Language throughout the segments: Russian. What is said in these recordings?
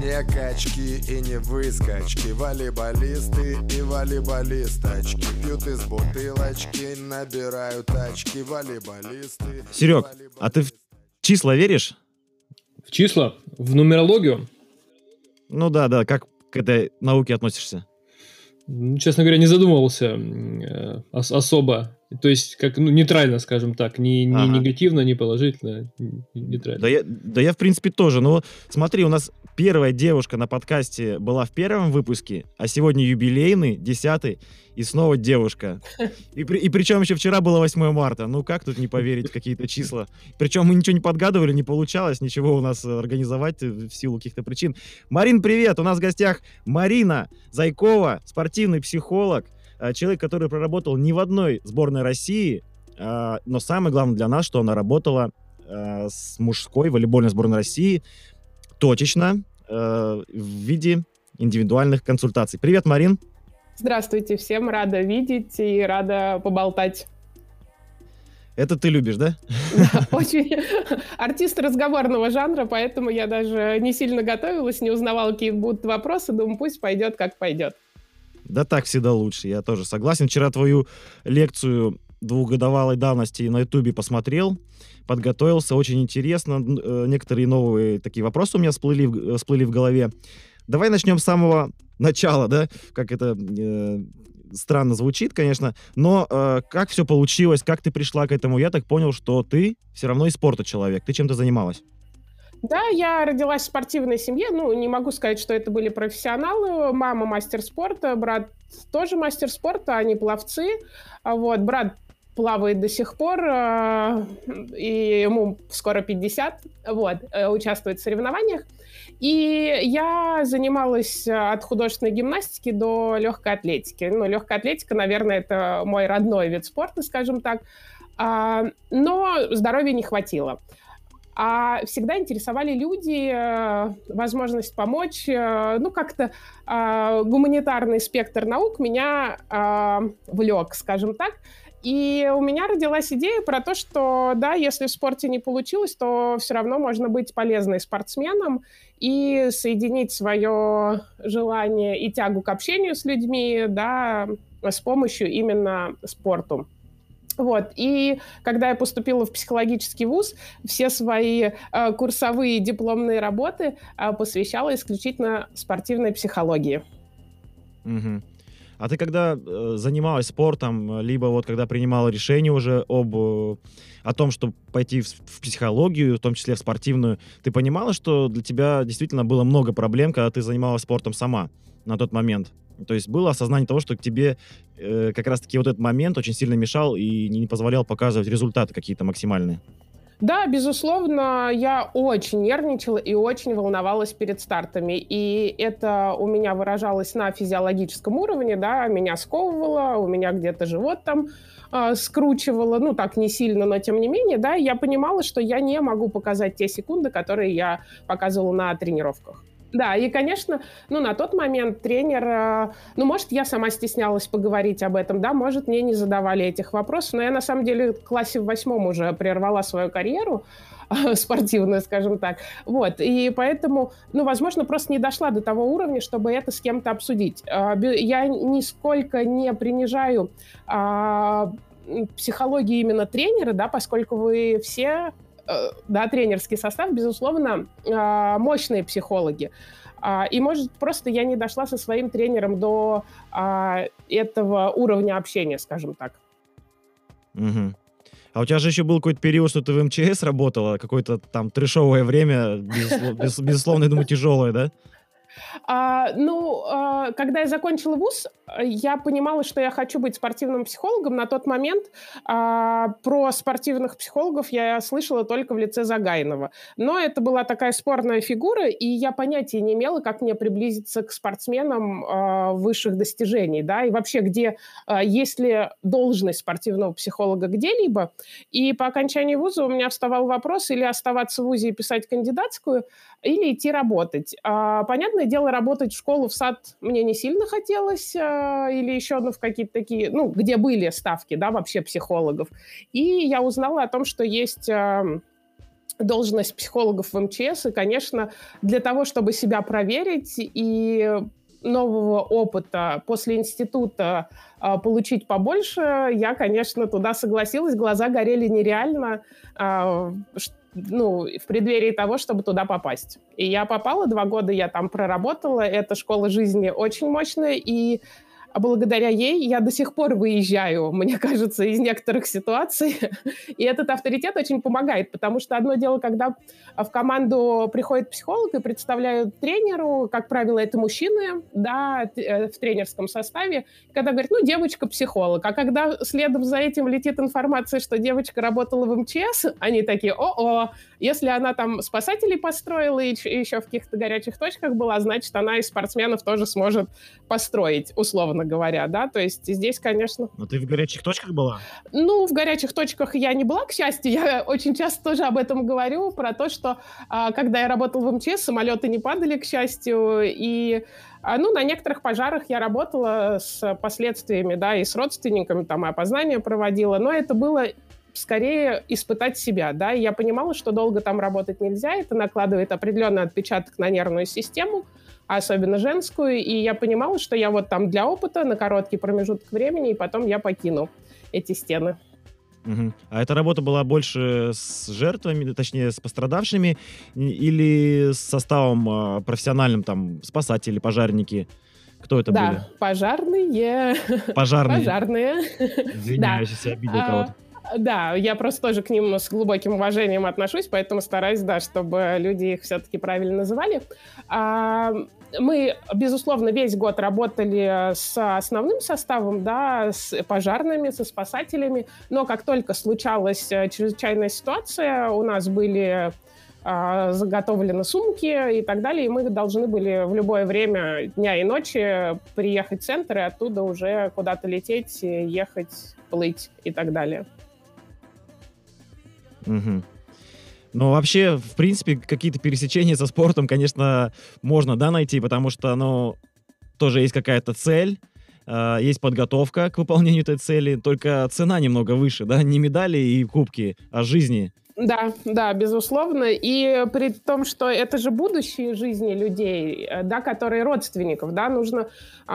Не качки и не выскочки, волейболисты и волейболисточки пьют из бутылочки, набирают очки, волейболисты. Серег, а ты в числа веришь? В числа? В нумерологию? Ну да, как к этой науке относишься? Честно говоря, не задумывался особо. То есть, как нейтрально, скажем так. Не негативно, не положительно, нейтрально. Да я, в принципе, тоже. Но смотри, у нас первая девушка на подкасте была в первом выпуске, а сегодня юбилейный, 10-й, и снова девушка. И причем еще вчера было 8 марта. Ну как тут не поверить в какие-то числа? Причем мы ничего не подгадывали, не получалось ничего у нас организовать в силу каких-то причин. Марин, привет! У нас в гостях Марина Зайкова, спортивный психолог, человек, который проработал не в одной сборной России, но самое главное для нас, что она работала с мужской волейбольной сборной России точечно в виде индивидуальных консультаций. Привет, Марин! Здравствуйте всем, рада видеть и рада поболтать. Это ты любишь, да? Да, очень артист разговорного жанра, поэтому я даже не сильно готовилась, не узнавала, какие будут вопросы, думаю, пусть пойдет, как пойдет. Да так всегда лучше, я тоже согласен. Вчера твою лекцию 2-годовалой давности на Ютубе посмотрел, подготовился, очень интересно. Некоторые новые такие вопросы у меня всплыли в голове. Давай начнем с самого начала, да? Как это странно звучит, конечно, но как все получилось, как ты пришла к этому? Я так понял, что ты все равно из спорта человек. Ты чем-то занималась? Да, я родилась в спортивной семье, не могу сказать, что это были профессионалы. Мама мастер спорта, брат тоже мастер спорта, они пловцы. Брат плавает до сих пор, и ему скоро 50, участвует в соревнованиях. И я занималась от художественной гимнастики до легкой атлетики. Легкая атлетика, наверное, это мой родной вид спорта, скажем так. Но здоровья не хватило. А всегда интересовали люди, возможность помочь. Как-то гуманитарный спектр наук меня влек, скажем так. И у меня родилась идея про то, что, да, если в спорте не получилось, то все равно можно быть полезной спортсменом и соединить свое желание и тягу к общению с людьми, да, с помощью именно спорту. И когда я поступила в психологический вуз, все свои курсовые дипломные работы посвящала исключительно спортивной психологии. Угу. А ты когда занималась спортом, либо когда принимала решение уже о том, чтобы пойти в психологию, в том числе в спортивную, ты понимала, что для тебя действительно было много проблем, когда ты занималась спортом сама на тот момент? То есть было осознание того, что к тебе как раз-таки этот момент очень сильно мешал и не позволял показывать результаты какие-то максимальные? Да, безусловно, я очень нервничала и очень волновалась перед стартами. И это у меня выражалось на физиологическом уровне, да, меня сковывало, у меня где-то живот там скручивало, так не сильно, но тем не менее, да, я понимала, что я не могу показать те секунды, которые я показывала на тренировках. Да, и, конечно, на тот момент тренер, может, я сама стеснялась поговорить об этом, да, может, мне не задавали этих вопросов, но я, на самом деле, в классе в 8 уже прервала свою карьеру спортивную, скажем так, и поэтому, возможно, просто не дошла до того уровня, чтобы это с кем-то обсудить. Я нисколько не принижаю психологию именно тренера, да, поскольку вы все... Да, тренерский состав, безусловно, мощные психологи. И, может, просто я не дошла со своим тренером до этого уровня общения, скажем так. Угу. А у тебя же еще был какой-то период, что ты в МЧС работала, какое-то там трешовое время, безусловно, я думаю, тяжелое, да? Когда я закончила вуз, я понимала, что я хочу быть спортивным психологом. На тот момент про спортивных психологов я слышала только в лице Загайнова. Но это была такая спорная фигура, и я понятия не имела, как мне приблизиться к спортсменам высших достижений, да, и вообще, где есть ли должность спортивного психолога где-либо. И по окончании вуза у меня вставал вопрос или оставаться в вузе и писать кандидатскую, или идти работать. Понятное дело, работать в школу, в сад мне не сильно хотелось, или еще в какие-то такие, где были ставки, да, вообще психологов. И я узнала о том, что есть должность психологов в МЧС. И, конечно, для того, чтобы себя проверить и нового опыта после института получить побольше, я, конечно, туда согласилась. Глаза горели нереально, в преддверии того, чтобы туда попасть. И я попала, 2 года я там проработала. Эта школа жизни очень мощная, и благодаря ей я до сих пор выезжаю, мне кажется, из некоторых ситуаций. И этот авторитет очень помогает, потому что одно дело, когда в команду приходит психолог и представляют тренеру, как правило, это мужчины, да, в тренерском составе, когда говорят, девочка-психолог. А когда следом за этим летит информация, что девочка работала в МЧС, они такие, если она там спасателей построила и еще в каких-то горячих точках была, значит, она и спортсменов тоже сможет построить, условно говоря, да, то есть здесь, конечно... Но ты в горячих точках была? В горячих точках я не была, к счастью, я очень часто тоже об этом говорю, про то, что когда я работала в МЧС, самолеты не падали, к счастью, и на некоторых пожарах я работала с последствиями, да, и с родственниками, там, и опознание проводила, но это было скорее испытать себя, да, и я понимала, что долго там работать нельзя, это накладывает определенный отпечаток на нервную систему, особенно женскую, и я понимала, что я вот там для опыта на короткий промежуток времени, и потом я покину эти стены. Угу. А эта работа была больше с жертвами, точнее, с пострадавшими, или с составом профессиональным, там, спасатели, пожарники? Кто это были? Да, пожарные. Пожарные. Извиняюсь, если обидел кого-то. Да, я просто тоже к ним с глубоким уважением отношусь, поэтому стараюсь, да, чтобы люди их все-таки правильно называли. Мы, безусловно, весь год работали с основным составом, да, с пожарными, со спасателями, но как только случалась чрезвычайная ситуация, у нас были заготовлены сумки и так далее, и мы должны были в любое время дня и ночи приехать в центр и оттуда уже куда-то лететь, ехать, плыть и так далее. Угу. Но вообще, в принципе, какие-то пересечения со спортом, конечно, можно, да, найти, потому что, тоже есть какая-то цель, есть подготовка к выполнению этой цели, только цена немного выше, да, не медали и кубки, а жизни. Да, безусловно. И при том, что это же будущее жизни людей, да, которые родственников, да, нужно,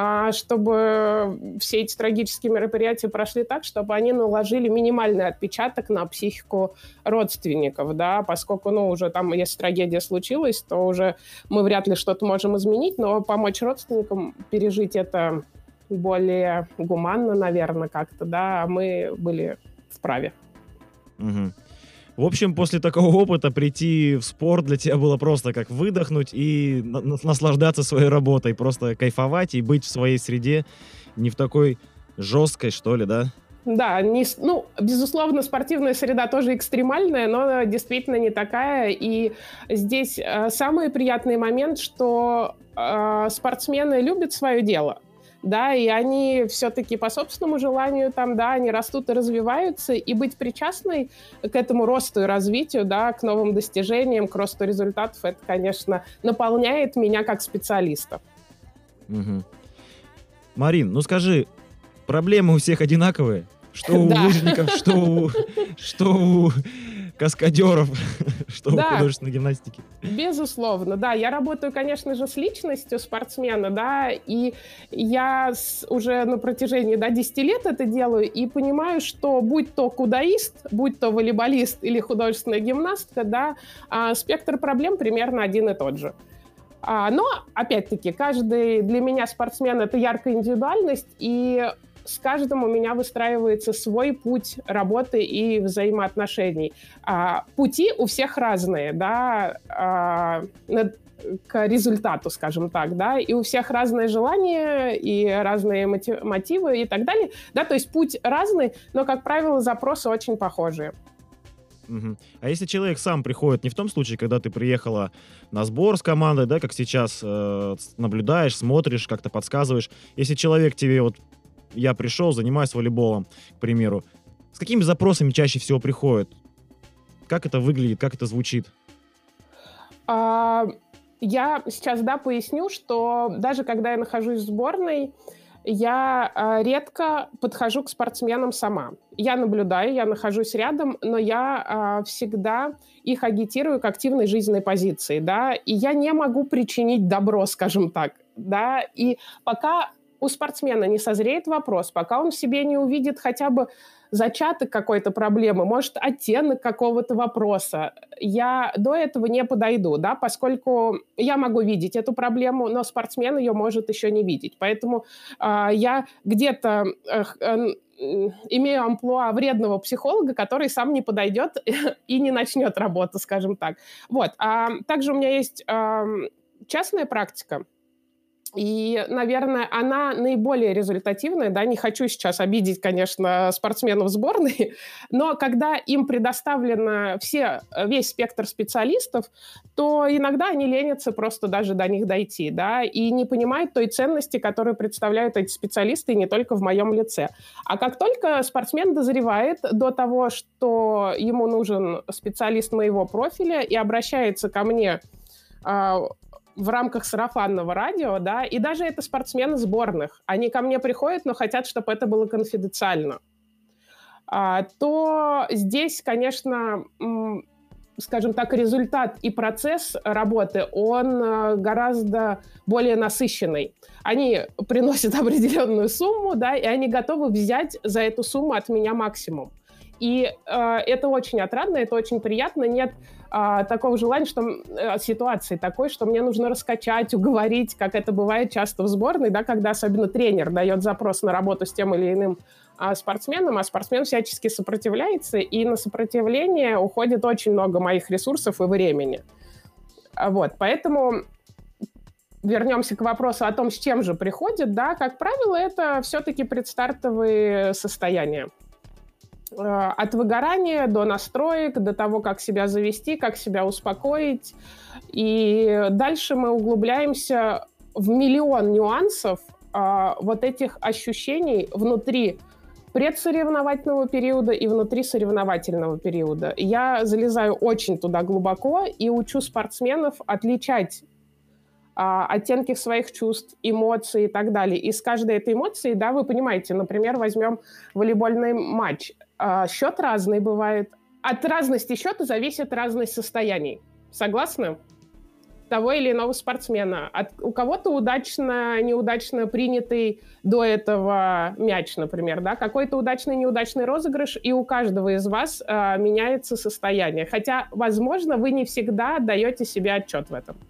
чтобы все эти трагические мероприятия прошли так, чтобы они наложили минимальный отпечаток на психику родственников, да, поскольку, уже там, если трагедия случилась, то уже мы вряд ли что-то можем изменить, но помочь родственникам пережить это более гуманно, наверное, как-то, да, мы были вправе. Угу. В общем, после такого опыта прийти в спорт для тебя было просто как выдохнуть и наслаждаться своей работой, просто кайфовать и быть в своей среде, не в такой жесткой, что ли, да? Да, безусловно, спортивная среда тоже экстремальная, но действительно не такая. И здесь самый приятный момент, что спортсмены любят свое дело. Да, и они все-таки по собственному желанию там, да, они растут и развиваются, и быть причастной к этому росту и развитию, да, к новым достижениям, к росту результатов, это, конечно, наполняет меня как специалиста. Угу. Марин, скажи, проблемы у всех одинаковые? Что у лыжников, что у каскадеров, что у художественной гимнастики? Безусловно, да. Я работаю, конечно же, с личностью спортсмена, да, и я уже на протяжении 10 лет это делаю, и понимаю, что будь то кудаист, будь то волейболист или художественная гимнастка, да, спектр проблем примерно один и тот же. Но, опять-таки, каждый для меня спортсмен — это яркая индивидуальность, и с каждым у меня выстраивается свой путь работы и взаимоотношений. Пути у всех разные, да, к результату, скажем так, да, и у всех разные желания и разные мотивы и так далее, да, то есть путь разный, но, как правило, запросы очень похожие. Угу. А если человек сам приходит, не в том случае, когда ты приехала на сбор с командой, да, как сейчас, наблюдаешь, смотришь, как-то подсказываешь, если человек тебе я пришел, занимаюсь волейболом, к примеру. С какими запросами чаще всего приходят? Как это выглядит, как это звучит? Я сейчас, поясню, что даже когда я нахожусь в сборной, я редко подхожу к спортсменам сама. Я наблюдаю, я нахожусь рядом, но я всегда их агитирую к активной жизненной позиции, да, и я не могу причинить добро, скажем так, да, и пока у спортсмена не созреет вопрос, пока он в себе не увидит хотя бы зачаток какой-то проблемы, может, оттенок какого-то вопроса, я до этого не подойду, да, поскольку я могу видеть эту проблему, но спортсмен ее может еще не видеть. Поэтому я где-то имею амплуа вредного психолога, который сам не подойдет и не начнет работу, скажем так. Вот. Также у меня есть частная практика. И, наверное, она наиболее результативная, да, не хочу сейчас обидеть, конечно, спортсменов сборной, но когда им предоставлен весь спектр специалистов, то иногда они ленятся просто даже до них дойти, да, и не понимают той ценности, которую представляют эти специалисты, и не только в моем лице. А как только спортсмен дозревает до того, что ему нужен специалист моего профиля и обращается ко мне в рамках сарафанного радио, да, и даже это спортсмены сборных. Они ко мне приходят, но хотят, чтобы это было конфиденциально. То здесь, конечно, скажем так, результат и процесс работы, он гораздо более насыщенный. Они приносят определенную сумму, да, и они готовы взять за эту сумму от меня максимум. И это очень отрадно, это очень приятно. Нет такого желания, ситуации такой, что мне нужно раскачать, уговорить, как это бывает часто в сборной, да, когда особенно тренер дает запрос на работу с тем или иным спортсменом, а спортсмен всячески сопротивляется, и на сопротивление уходит очень много моих ресурсов и времени. Вот, поэтому вернемся к вопросу о том, с чем же приходит, да, как правило, это все-таки предстартовые состояния. От выгорания до настроек, до того, как себя завести, как себя успокоить. И дальше мы углубляемся в миллион нюансов вот этих ощущений внутри предсоревновательного периода и внутри соревновательного периода. Я залезаю очень туда глубоко и учу спортсменов отличать оттенки своих чувств, эмоций и так далее. И с каждой этой эмоцией, да, вы понимаете, например, возьмем волейбольный матч. Счет разный бывает. От разности счета зависит разность состояний. Согласны? Того или иного спортсмена. У кого-то удачно, неудачно принятый до этого мяч, например, да? Какой-то удачный, неудачный розыгрыш, и у каждого из вас меняется состояние. Хотя, возможно, вы не всегда отдаете себе отчет в этом.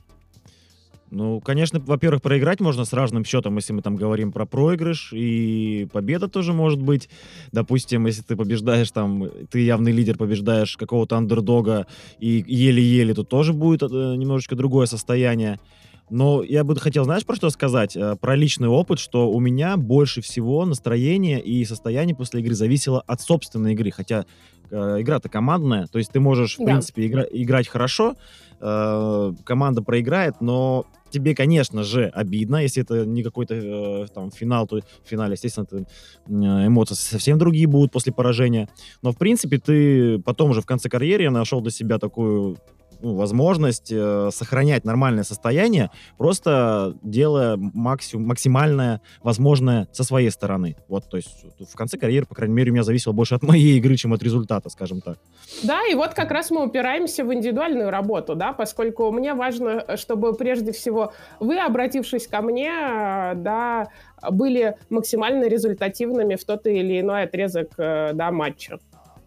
Ну, конечно, во-первых, проиграть можно с разным счетом, если мы там говорим про проигрыш, и победа тоже может быть. Допустим, если ты побеждаешь, там, ты явный лидер, побеждаешь какого-то андердога, и еле-еле, то тоже будет немножечко другое состояние. Но я бы хотел, знаешь, про что сказать? Про личный опыт, что у меня больше всего настроение и состояние после игры зависело от собственной игры, хотя игра-то командная, то есть ты можешь, в принципе, играть хорошо, команда проиграет, но тебе, конечно же, обидно, если это не какой-то там финал, то в финале, естественно, эмоции совсем другие будут после поражения. Но, в принципе, ты потом уже в конце карьеры нашел для себя такую возможность сохранять нормальное состояние, просто делая максимальное возможное со своей стороны. Вот, то есть в конце карьеры, по крайней мере, у меня зависело больше от моей игры, чем от результата, скажем так. Да, и вот как раз мы упираемся в индивидуальную работу, да, поскольку мне важно, чтобы прежде всего вы, обратившись ко мне, да, были максимально результативными в тот или иной отрезок, да, матча.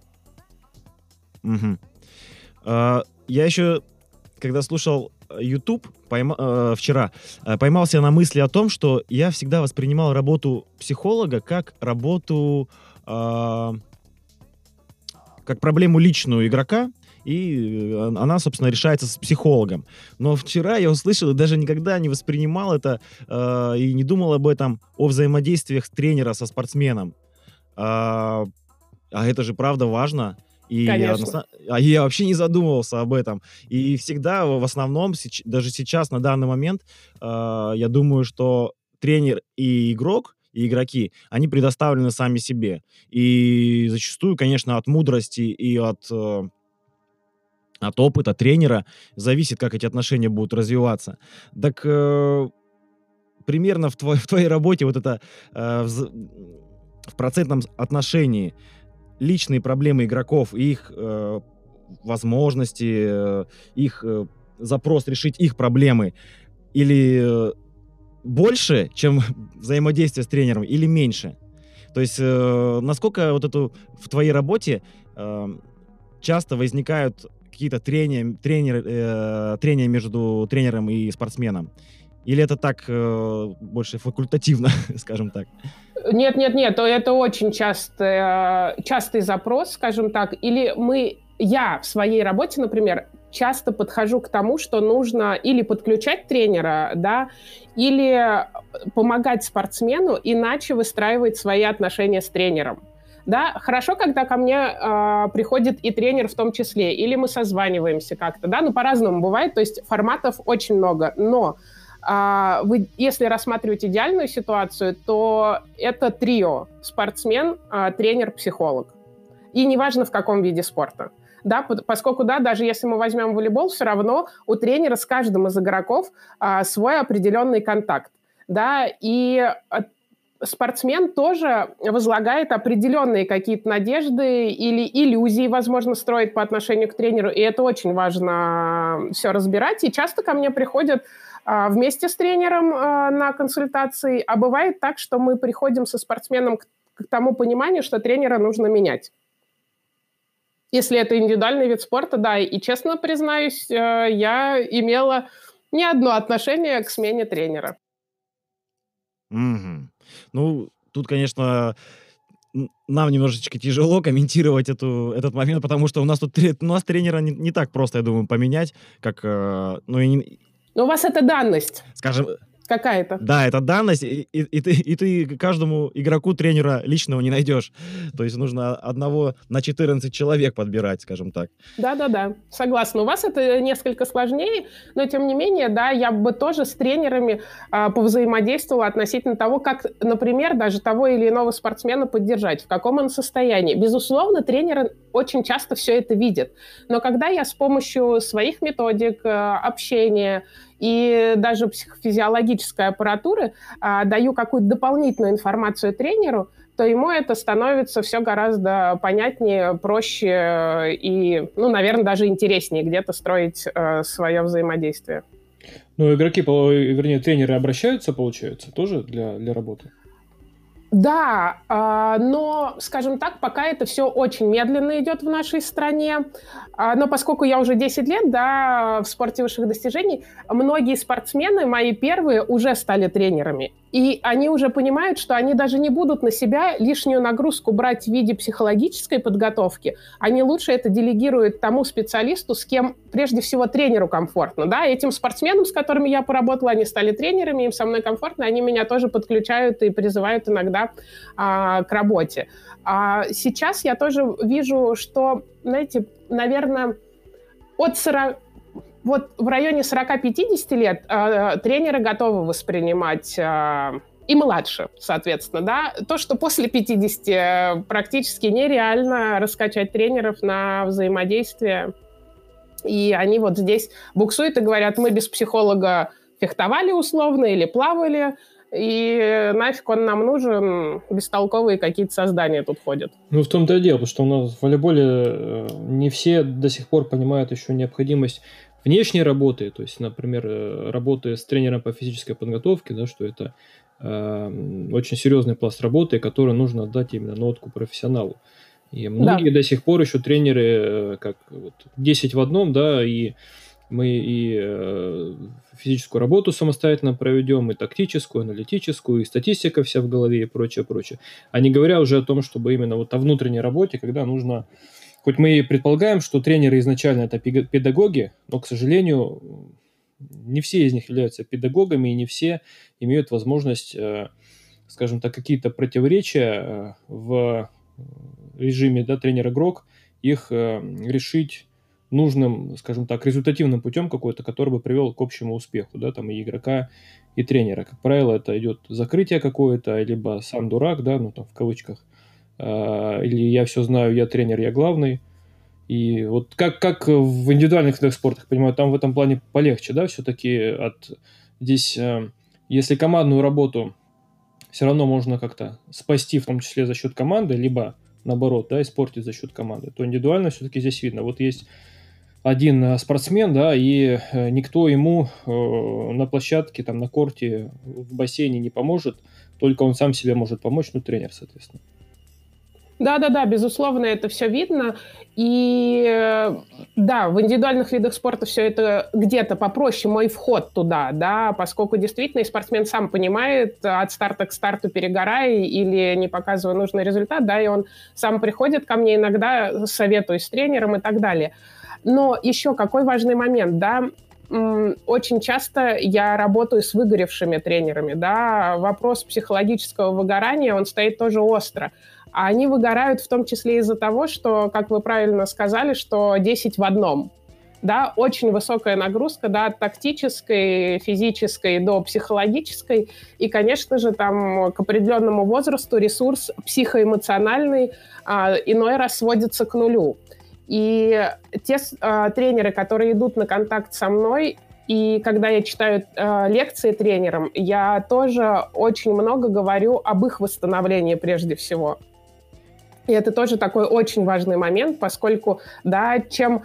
Угу. Я еще, когда слушал YouTube вчера, поймался на мысли о том, что я всегда воспринимал работу психолога как работу, как проблему личную игрока, и она, собственно, решается с психологом. Но вчера я услышал и даже никогда не воспринимал это и не думал об этом, о взаимодействиях тренера со спортсменом. А это же правда важно. И я вообще не задумывался об этом. И всегда, в основном, даже сейчас, на данный момент, я думаю, что тренер и игрок, и игроки, они предоставлены сами себе. И зачастую, конечно, от мудрости и от опыта тренера зависит, как эти отношения будут развиваться. Так примерно в твоей работе вот это в процентном отношении личные проблемы игроков, их возможности, их запрос решить их проблемы, или больше, чем взаимодействие с тренером, или меньше? То есть насколько вот эту в твоей работе часто возникают какие-то трения между тренером и спортсменом? Или это так больше факультативно, скажем так? Нет, это очень частый запрос, скажем так. Или я в своей работе, например, часто подхожу к тому, что нужно или подключать тренера, да, или помогать спортсмену иначе выстраивать свои отношения с тренером. Да, хорошо, когда ко мне приходит и тренер в том числе, или мы созваниваемся как-то, да, ну, по-разному бывает, то есть форматов очень много, но вы, если рассматривать идеальную ситуацию, то это трио: спортсмен, тренер, психолог. И неважно, в каком виде спорта. Да, поскольку, да, даже если мы возьмем волейбол, все равно у тренера с каждым из игроков свой определенный контакт. Да, и спортсмен тоже возлагает определенные какие-то надежды или иллюзии, возможно, строит по отношению к тренеру, и это очень важно все разбирать. И часто ко мне приходят вместе с тренером на консультации, а бывает так, что мы приходим со спортсменом к тому пониманию, что тренера нужно менять. Если это индивидуальный вид спорта, да, и честно признаюсь, я имела не одно отношение к смене тренера. Мгм. Ну, тут, конечно, нам немножечко тяжело комментировать этот момент, потому что у нас тренера не так просто, я думаю, поменять, как, Но у вас это данность. Скажем, какая-то. Да, это данность, и ты каждому игроку тренера личного не найдешь. То есть нужно одного на 14 человек подбирать, скажем так. Да, согласна. У вас это несколько сложнее, но тем не менее, да, я бы тоже с тренерами повзаимодействовала относительно того, как, например, даже того или иного спортсмена поддержать, в каком он состоянии. Безусловно, тренеры очень часто все это видят. Но когда я с помощью своих методик общения и даже психофизиологической аппаратуры даю какую-то дополнительную информацию тренеру, то ему это становится все гораздо понятнее, проще и, наверное, даже интереснее где-то строить свое взаимодействие. Ну, игроки, вернее, тренеры обращаются, получается, тоже для работы? Да, но, скажем так, пока это все очень медленно идет в нашей стране. Но поскольку я уже 10 лет, да, в спорте высших достижений, многие спортсмены, мои первые, уже стали тренерами. И они уже понимают, что они даже не будут на себя лишнюю нагрузку брать в виде психологической подготовки. Они лучше это делегируют тому специалисту, с кем, прежде всего, тренеру комфортно. Да? Этим спортсменам, с которыми я поработала, они стали тренерами, им со мной комфортно, они меня тоже подключают и призывают иногда к работе. Сейчас я тоже вижу, что, знаете, наверное, вот в районе 40-50 лет тренеры готовы воспринимать, и младше, соответственно, да. То, что после 50 практически нереально раскачать тренеров на взаимодействие. И они вот здесь буксуют и говорят: мы без психолога фехтовали условно или плавали, и нафиг он нам нужен, бестолковые какие-то создания тут ходят. Ну, в том-то и дело, потому что у нас в волейболе не все до сих пор понимают еще необходимость внешней работы, то есть, например, работы с тренером по физической подготовке, да, что это очень серьезный пласт работы, который нужно отдать именно нотку профессионалу. И многие до сих пор еще тренеры, как вот 10 в одном, да, и мы и физическую работу самостоятельно проведем, и тактическую, аналитическую, и статистика вся в голове, и прочее, прочее. А не говоря уже о том, чтобы именно вот о внутренней работе, когда нужно... Хоть мы и предполагаем, что тренеры изначально это педагоги, но, к сожалению, не все из них являются педагогами, и не все имеют возможность, скажем так, какие-то противоречия в режиме, да, тренер-игрок, их решить нужным, скажем так, результативным путем какой-то, который бы привел к общему успеху, да, там и игрока, и тренера. Как правило, это идет закрытие какое-то, либо сам дурак, да, ну там в кавычках, или я все знаю, я тренер, я главный. И вот как в индивидуальных видах спорта, я понимаю, там в этом плане полегче, да, все-таки здесь если командную работу все равно можно как-то спасти, в том числе за счет команды, либо наоборот, да, испортить за счет команды, то индивидуально все-таки здесь видно. Вот есть один спортсмен, да, и никто ему на площадке, там, на корте, в бассейне не поможет, только он сам себе может помочь, ну, тренер, соответственно. Да, безусловно, это все видно. И да, в индивидуальных видах спорта все это где-то попроще, мой вход туда, да, поскольку действительно и спортсмен сам понимает, от старта к старту перегорая или не показывая нужный результат, да, и он сам приходит ко мне иногда, советуюсь с тренером и так далее. Но еще какой важный момент, да, очень часто я работаю с выгоревшими тренерами, да, вопрос психологического выгорания, он стоит тоже остро. А они выгорают в том числе из-за того, что, как вы правильно сказали, что 10 в одном. Да, очень высокая нагрузка, да, от тактической, физической до психологической. И, конечно же, там к определенному возрасту ресурс психоэмоциональный иной раз сводится к нулю. И те тренеры, которые идут на контакт со мной, и когда я читаю лекции тренерам, я тоже очень много говорю об их восстановлении прежде всего. И это тоже такой очень важный момент, поскольку, да, чем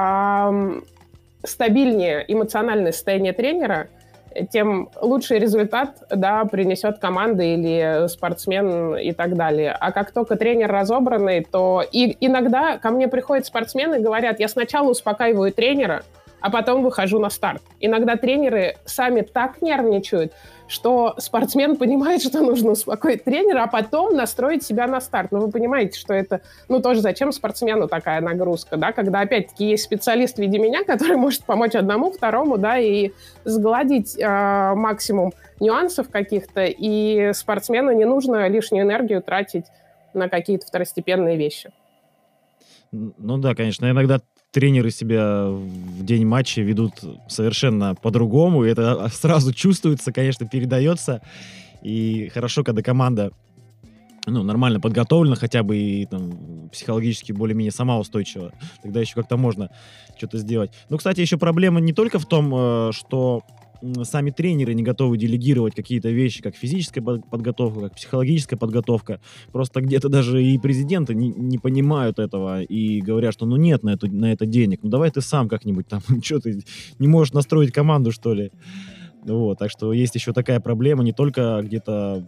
стабильнее эмоциональное состояние тренера, тем лучший результат, да, принесет команда или спортсмен и так далее. А как только тренер разобранный, то и иногда ко мне приходят спортсмены и говорят, я сначала успокаиваю тренера, а потом выхожу на старт. Иногда тренеры сами так нервничают, что спортсмен понимает, что нужно успокоить тренера, а потом настроить себя на старт. Но вы понимаете, что это, ну, тоже зачем спортсмену такая нагрузка, да, когда, опять-таки, есть специалист в виде меня, который может помочь одному, второму, да, и сгладить максимум нюансов каких-то, и спортсмену не нужно лишнюю энергию тратить на какие-то второстепенные вещи. Ну да, конечно, иногда тренеры себя в день матча ведут совершенно по-другому, и это сразу чувствуется, конечно, передается. И хорошо, когда команда, ну, нормально подготовлена, хотя бы и там психологически более-менее сама устойчива, тогда еще как-то можно что-то сделать. Ну, кстати, еще проблема не только в том, что сами тренеры не готовы делегировать какие-то вещи, как физическая подготовка, как психологическая подготовка. Просто где-то даже и президенты не понимают этого и говорят, что ну нет на это денег. Ну давай ты сам как-нибудь там, что ты не можешь настроить команду, что ли? Вот, так что есть еще такая проблема, не только где-то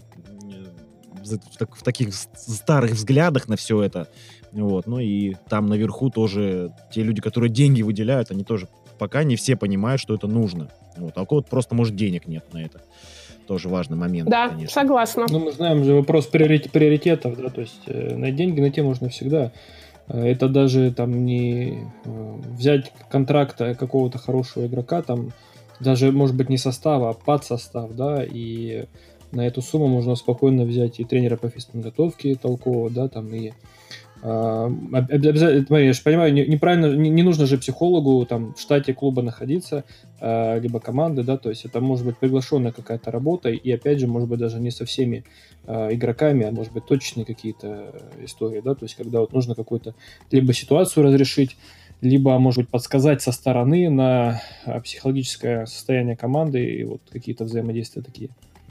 в таких старых взглядах на все это, вот, но и там наверху тоже те люди, которые деньги выделяют, они тоже пока не все понимают, что это нужно. Вот. А у кого-то просто, может, денег нет на это. Тоже важный момент. Да, конечно. Согласна. Ну, мы знаем же вопрос приоритетов, да, то есть на деньги найти можно всегда. Это даже там не взять контракт какого-то хорошего игрока, там даже, может быть, не состава, а подсостав, да, и на эту сумму можно спокойно взять и тренера по физподготовке толкового, да, там, и обязательно, я же понимаю, неправильно, не нужно же психологу там в штате клуба находиться, либо команды, да, то есть это может быть приглашенная какая-то работа, и опять же, может быть, даже не со всеми игроками, а может быть, точечные какие-то истории, да, то есть когда вот нужно какую-то либо ситуацию разрешить, либо, может быть, подсказать со стороны на психологическое состояние команды и вот какие-то взаимодействия такие.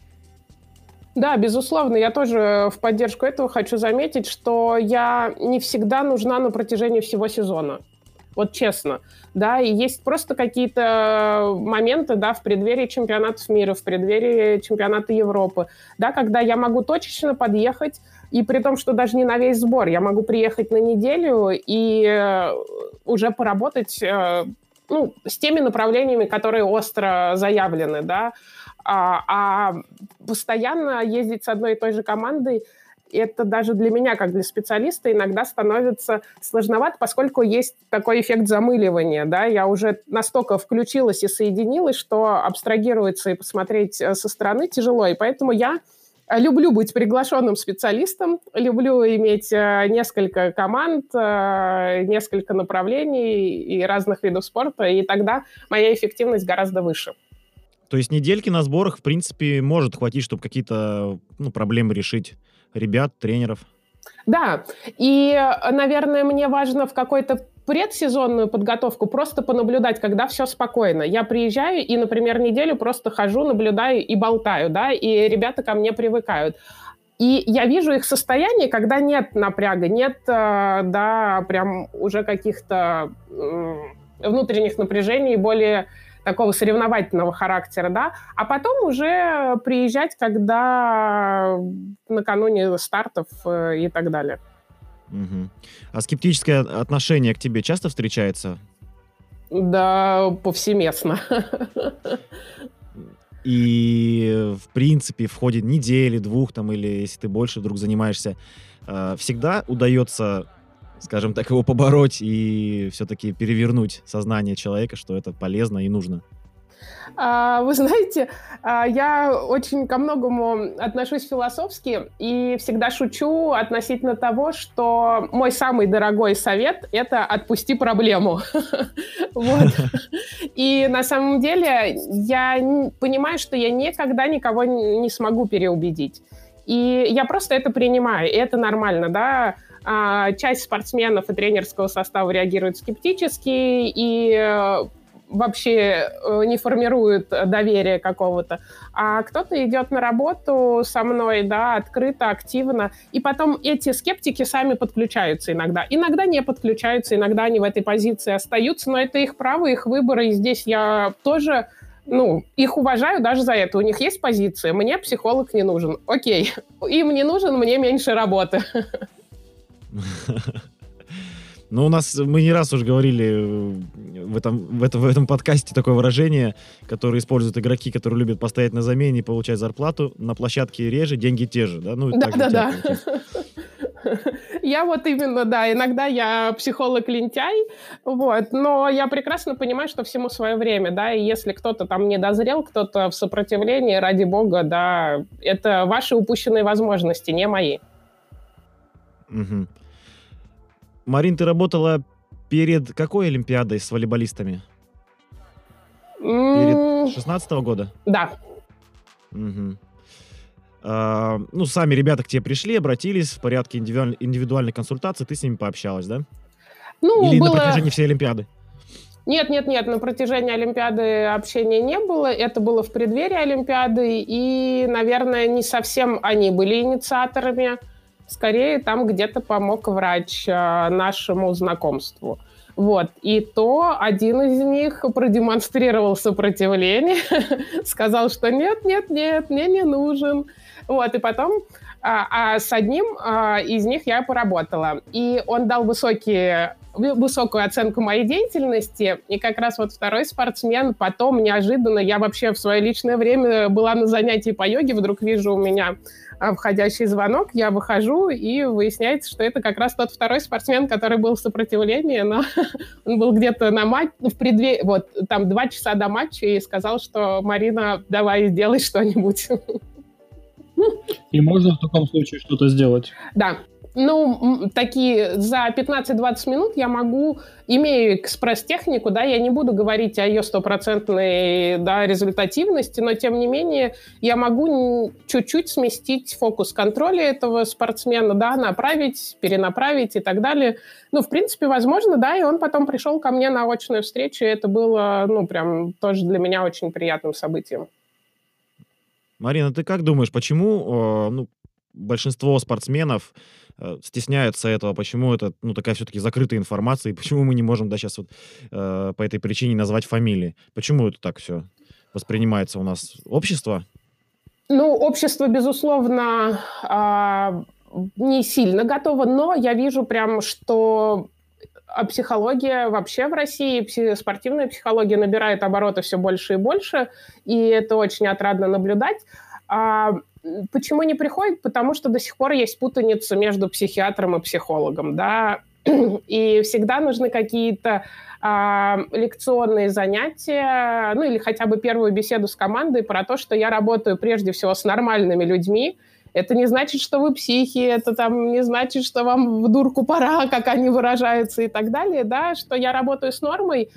Да, безусловно, я тоже в поддержку этого хочу заметить, что я не всегда нужна на протяжении всего сезона. Вот честно. Да, и есть просто какие-то моменты, да, в преддверии чемпионатов мира, в преддверии чемпионата Европы, да, когда я могу точечно подъехать, и при том, что даже не на весь сбор, я могу приехать на неделю и уже поработать, ну, с теми направлениями, которые остро заявлены, да, а постоянно ездить с одной и той же командой, это даже для меня, как для специалиста, иногда становится сложновато, поскольку есть такой эффект замыливания, да, я уже настолько включилась и соединилась, что абстрагироваться и посмотреть со стороны тяжело, и поэтому я люблю быть приглашенным специалистом, люблю иметь несколько команд, несколько направлений и разных видов спорта, и тогда моя эффективность гораздо выше. То есть недельки на сборах, в принципе, может хватить, чтобы какие-то проблемы решить ребят, тренеров? Да, и, наверное, мне важно в какой-то предсезонную подготовку просто понаблюдать, когда все спокойно. Я приезжаю и, например, неделю просто хожу, наблюдаю и болтаю, да, и ребята ко мне привыкают. И я вижу их состояние, когда нет напряга, нет, да, прям уже каких-то внутренних напряжений, более такого соревновательного характера, да, а потом уже приезжать, когда накануне стартов и так далее. Мгм. А скептическое отношение к тебе часто встречается? Да, повсеместно. И, в принципе, в ходе недели, двух там, или если ты больше вдруг занимаешься, всегда удается, скажем так, его побороть и все-таки перевернуть сознание человека, что это полезно и нужно? Вы знаете, я очень ко многому отношусь философски и всегда шучу относительно того, что мой самый дорогой совет – это «отпусти проблему». Вот. И на самом деле я понимаю, что я никогда никого не смогу переубедить. И я просто это принимаю, и это нормально, да. Часть спортсменов и тренерского состава реагирует скептически и вообще не формирует доверия какого-то. А кто-то идет на работу со мной, да, открыто, активно, и потом эти скептики сами подключаются иногда. Иногда не подключаются, иногда они в этой позиции остаются, но это их право, их выбор, и здесь я тоже, их уважаю даже за это. У них есть позиция, мне психолог не нужен. Окей, им не нужен, мне меньше работы. Ну, мы не раз уже говорили в этом подкасте такое выражение, которое используют игроки, которые любят постоять на замене и получать зарплату. На площадке реже, деньги те же, да? Да. Я вот именно, да, иногда я психолог-лентяй, вот, но я прекрасно понимаю, что всему свое время, да, и если кто-то там не дозрел, кто-то в сопротивлении, ради бога, да, это ваши упущенные возможности, не мои. Угу. Марин, ты работала перед какой Олимпиадой с волейболистами? Перед 16-го года? Да. Угу. Сами ребята к тебе пришли, обратились в порядке индивидуальной консультации, ты с ними пообщалась, да? Или на протяжении всей Олимпиады? Нет, на протяжении Олимпиады общения не было, это было в преддверии Олимпиады, и, наверное, не совсем они были инициаторами. Скорее, там где-то помог врач нашему знакомству. Вот. И то один из них продемонстрировал сопротивление, сказал, что нет, мне не нужен. Вот. И потом с одним из них я поработала. И он дал высокую оценку моей деятельности. И как раз вот второй спортсмен потом неожиданно, я вообще в свое личное время была на занятии по йоге, вдруг вижу у меня входящий звонок, я выхожу, и выясняется, что это как раз тот второй спортсмен, который был в сопротивлении, но он был где-то на матче, в преддверии, вот, там 2 часа до матча, и сказал, что Марина, давай сделай что-нибудь. И можно в таком случае что-то сделать? Да. Такие за 15-20 минут я имею экспресс-технику, да, я не буду говорить о ее стопроцентной, да, результативности, но, тем не менее, я могу чуть-чуть сместить фокус контроля этого спортсмена, да, направить, перенаправить и так далее. В принципе, возможно, да, и он потом пришел ко мне на очную встречу, и это было, прям тоже для меня очень приятным событием. Марина, ты как думаешь, почему большинство спортсменов стесняются этого, почему это такая все-таки закрытая информация, и почему мы не можем, да, сейчас вот по этой причине назвать фамилии? Почему это так все воспринимается у нас? Общество? Общество, безусловно, не сильно готово, но я вижу прям, что психология вообще в России, спортивная психология набирает обороты все больше и больше, и это очень отрадно наблюдать. Почему не приходит? Потому что до сих пор есть путаница между психиатром и психологом, да, и всегда нужны какие-то лекционные занятия, или хотя бы первую беседу с командой про то, что я работаю прежде всего с нормальными людьми. Это не значит, что вы психи, это там не значит, что вам в дурку пора, как они выражаются и так далее, да, что я работаю с нормой,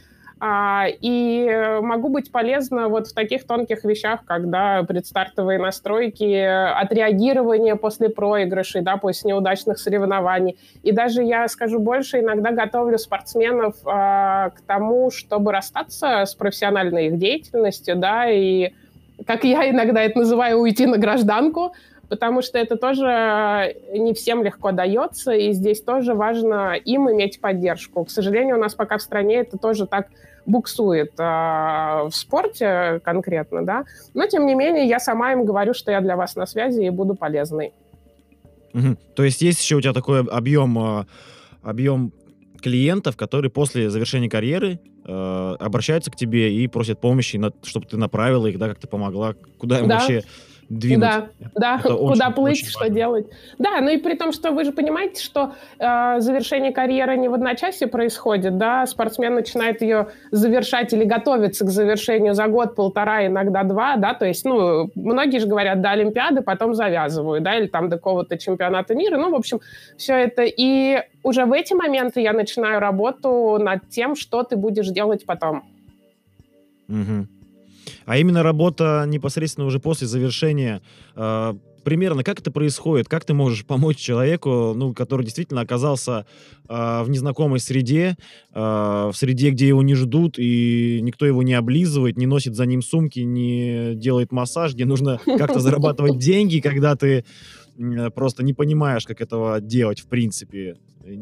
И могу быть полезна вот в таких тонких вещах, когда предстартовые настройки, отреагирование после проигрышей, да, после неудачных соревнований. И даже, я скажу больше, иногда готовлю спортсменов к тому, чтобы расстаться с профессиональной их деятельностью, да, и, как я иногда это называю, уйти на гражданку, потому что это тоже не всем легко дается, и здесь тоже важно им иметь поддержку. К сожалению, у нас пока в стране это тоже так буксует в спорте конкретно, да, но, тем не менее, я сама им говорю, что я для вас на связи и буду полезной. То есть еще у тебя такой объем клиентов, которые после завершения карьеры обращаются к тебе и просят помощи, чтобы ты направила их, да, как ты помогла, куда им вообще двинуть. Да, это куда очень, плыть, очень что важно. делать. Да, ну и при том, что вы же понимаете, что завершение карьеры не в одночасье происходит, да, спортсмен начинает ее завершать или готовиться к завершению за год, полтора, иногда два, да, то есть, ну, многие же говорят до Олимпиады, потом завязываю, да, или там до какого-то чемпионата мира, ну, в общем, все это. И уже в эти моменты я начинаю работу над тем, что ты будешь делать потом. Мгм. А именно работа непосредственно уже после завершения, примерно как это происходит? Как ты можешь помочь человеку, ну, который действительно оказался в незнакомой среде, в среде, где его не ждут, и никто его не облизывает, не носит за ним сумки, не делает массаж, где нужно как-то зарабатывать деньги, когда ты просто не понимаешь, как этого делать в принципе,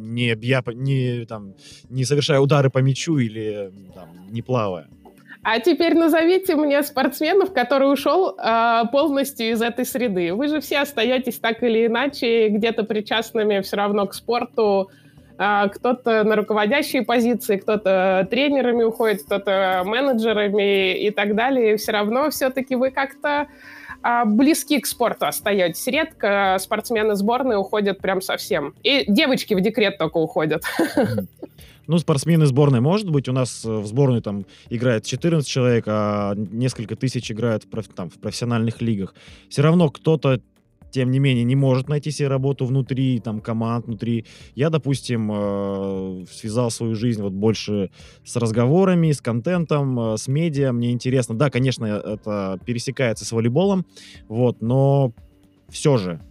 не совершая удары по мячу или там, не плавая. А теперь назовите мне спортсменов, который ушел полностью из этой среды. Вы же все остаетесь так или иначе где-то причастными все равно к спорту. Кто-то на руководящие позиции, кто-то тренерами уходит, кто-то менеджерами и так далее. И все равно все-таки вы как-то близки к спорту остаетесь. Редко спортсмены сборной уходят прям совсем. И девочки в декрет только уходят. Ну, спортсмены сборной, может быть, у нас в сборной там играет 14 человек, а несколько тысяч играют в профессиональных лигах. Все равно кто-то, тем не менее, не может найти себе работу внутри там, команд, внутри. Я, допустим, связал свою жизнь вот больше с разговорами, с контентом, с медиа. Мне интересно. Да, конечно, это пересекается с волейболом, вот, но все же.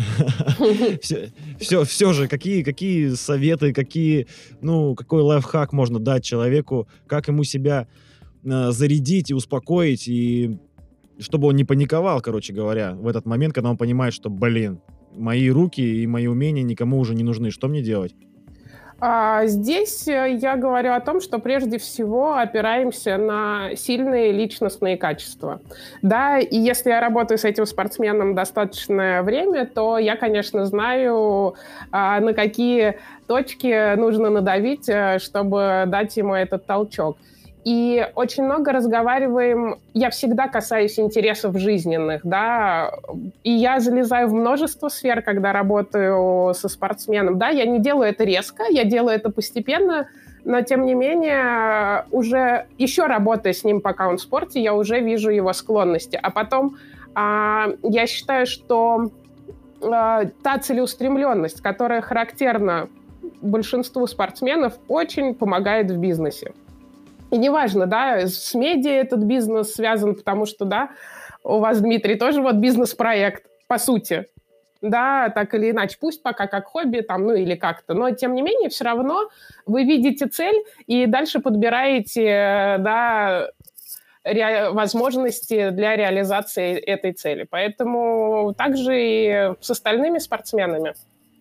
Все же, какие советы, какой лайфхак можно дать человеку, как ему себя зарядить и успокоить, и чтобы он не паниковал, короче говоря, в этот момент, когда он понимает, что, мои руки и мои умения никому уже не нужны, что мне делать? Здесь я говорю о том, что прежде всего опираемся на сильные личностные качества. Да, и если я работаю с этим спортсменом достаточное время, то я, конечно, знаю, на какие точки нужно надавить, чтобы дать ему этот толчок. И очень много разговариваем, я всегда касаюсь интересов жизненных, да, и я залезаю в множество сфер, когда работаю со спортсменом, да, я не делаю это резко, я делаю это постепенно, но, тем не менее, уже еще работая с ним, пока он в спорте, я уже вижу его склонности, а потом я считаю, что та целеустремленность, которая характерна большинству спортсменов, очень помогает в бизнесе. И неважно, да, с медиа этот бизнес связан, потому что, да, у вас, Дмитрий, тоже вот бизнес-проект, по сути, да, так или иначе, пусть пока как хобби, там, ну или как-то, но, тем не менее, все равно вы видите цель и дальше подбираете, да, возможности для реализации этой цели. Поэтому также и с остальными спортсменами.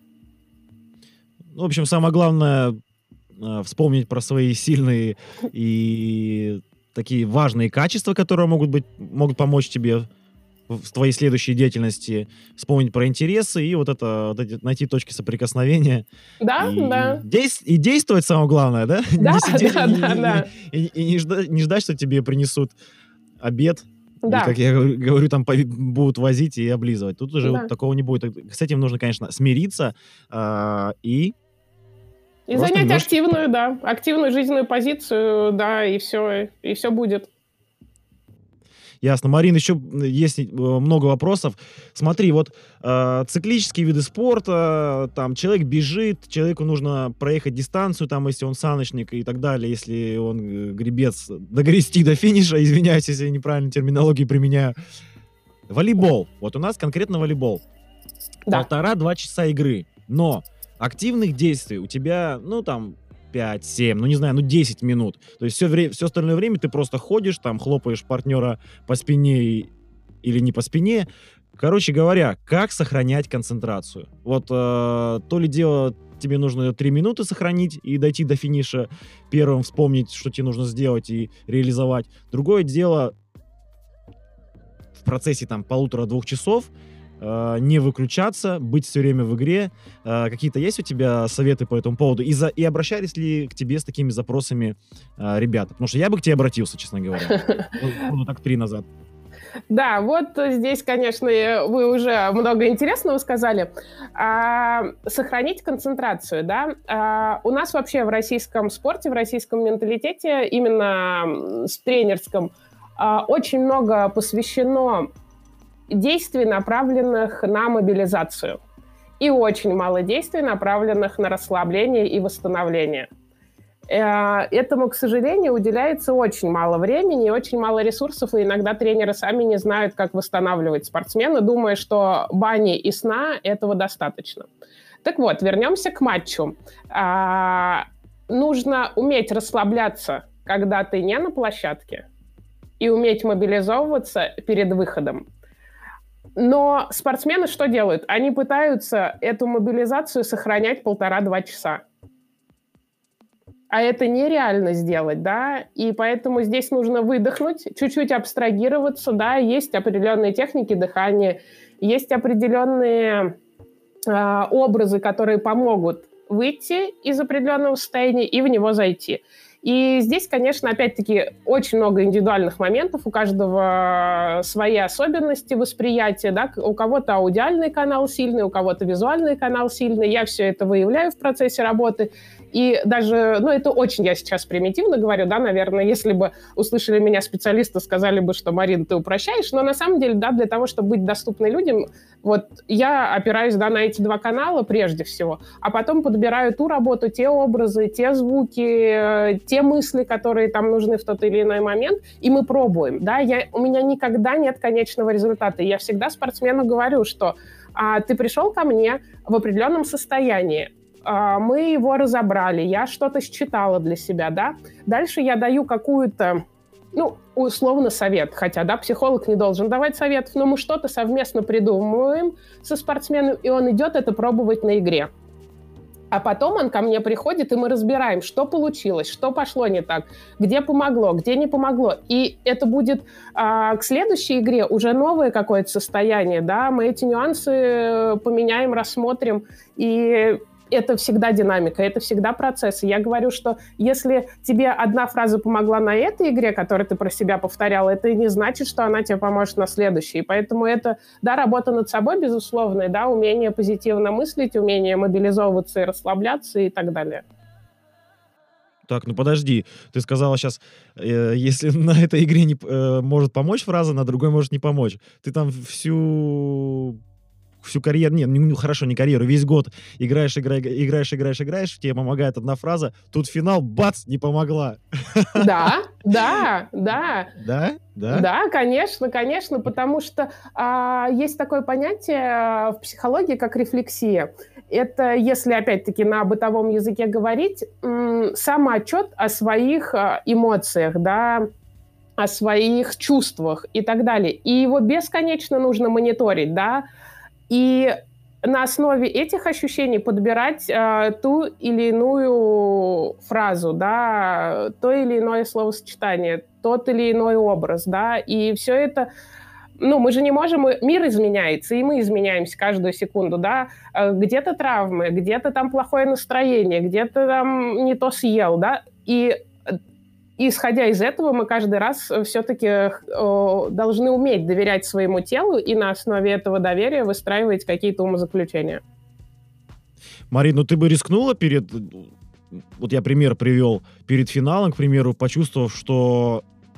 В общем, самое главное вспомнить про свои сильные и такие важные качества, которые могут помочь тебе в твоей следующей деятельности, вспомнить про интересы и найти точки соприкосновения. Да, И действовать самое главное, да? Да, Не сидеть и не ждать, что тебе принесут обед. Да. И, как я говорю, там будут возить и облизывать. Тут уже такого не будет. С этим нужно, конечно, смириться и занять активную жизненную позицию, да, и все будет. Ясно. Марин, еще есть много вопросов. Смотри, вот циклические виды спорта, там человек бежит, человеку нужно проехать дистанцию, там, если он саночник и так далее, если он гребец, догрести до финиша, извиняюсь, если я неправильно терминологию применяю. Волейбол. Вот у нас конкретно волейбол. Да. 1,5-2 часа игры. Но активных действий у тебя, ну, там, 5-7, ну, не знаю, ну, 10 минут. То есть все остальное время ты просто ходишь, там, хлопаешь партнера по спине или не по спине. Короче говоря, как сохранять концентрацию? Вот то ли дело тебе нужно 3 минуты сохранить и дойти до финиша, первым вспомнить, что тебе нужно сделать и реализовать. Другое дело в процессе там 1,5-2 часов не выключаться, быть все время в игре. Какие-то есть у тебя советы по этому поводу? И обращались ли к тебе с такими запросами ребята? Потому что я бы к тебе обратился, честно говоря. Ну, так 3 назад. Да, вот здесь, конечно, вы уже много интересного сказали. Сохранить концентрацию, да. У нас вообще в российском спорте, в российском менталитете, именно с тренерском, очень много посвящено действий, направленных на мобилизацию. И очень мало действий, направленных на расслабление и восстановление. Этому, к сожалению, уделяется очень мало времени, очень мало ресурсов, и иногда тренеры сами не знают, как восстанавливать спортсмена, думая, что бани и сна этого достаточно. Так вот, вернемся к матчу. Нужно уметь расслабляться, когда ты не на площадке, и уметь мобилизовываться перед выходом. Но спортсмены что делают? Они пытаются эту мобилизацию сохранять 1,5-2 часа. А это нереально сделать, да, и поэтому здесь нужно выдохнуть, чуть-чуть абстрагироваться, да, есть определенные техники дыхания, есть определенные образы, которые помогут выйти из определенного состояния и в него зайти. И здесь, конечно, опять-таки, очень много индивидуальных моментов, у каждого свои особенности восприятия, да? У кого-то аудиальный канал сильный, у кого-то визуальный канал сильный. Я все это выявляю в процессе работы. И даже, ну, это очень я сейчас примитивно говорю, да, наверное, если бы услышали меня специалисты, сказали бы, что, Марин, ты упрощаешь, но на самом деле, да, для того, чтобы быть доступной людям, вот я опираюсь, да, на эти 2 канала прежде всего, а потом подбираю ту работу, те образы, те звуки, те мысли, которые там нужны в тот или иной момент, и мы пробуем, да, у меня никогда нет конечного результата, я всегда спортсмену говорю, что ты пришел ко мне в определенном состоянии, мы его разобрали, я что-то считала для себя, да. Дальше я даю какую-то, ну, условно, совет, хотя, да, психолог не должен давать советов, но мы что-то совместно придумываем со спортсменом, и он идет это пробовать на игре. А потом он ко мне приходит, и мы разбираем, что получилось, что пошло не так, где помогло, где не помогло. И это будет к следующей игре уже новое какое-то состояние, да, мы эти нюансы поменяем, рассмотрим, и это всегда динамика, это всегда процесс. И я говорю, что если тебе одна фраза помогла на этой игре, которую ты про себя повторял, это не значит, что она тебе поможет на следующей. Поэтому это, да, работа над собой, безусловно, да, умение позитивно мыслить, умение мобилизовываться и расслабляться и так далее. Так, ну подожди, ты сказала сейчас, если на этой игре не может помочь фраза, на другой может не помочь. Ты там всю карьеру, хорошо, не карьеру, весь год играешь, тебе помогает одна фраза, тут финал, бац, не помогла. Да. Да, конечно, потому что есть такое понятие в психологии, как рефлексия. Это, если, опять-таки, на бытовом языке говорить, самоотчет о своих эмоциях, да, о своих чувствах и так далее. И его бесконечно нужно мониторить, да, и на основе этих ощущений подбирать ту или иную фразу, да, то или иное словосочетание, тот или иной образ, да, и все это, ну, мы же не можем, мир изменяется, и мы изменяемся каждую секунду, да, где-то травмы, где-то там плохое настроение, где-то там не то съел, да, и исходя из этого, мы каждый раз все-таки должны уметь доверять своему телу и на основе этого доверия выстраивать какие-то умозаключения. Марин, ну ты бы рискнула вот я пример привел, перед финалом, к примеру, почувствовав, что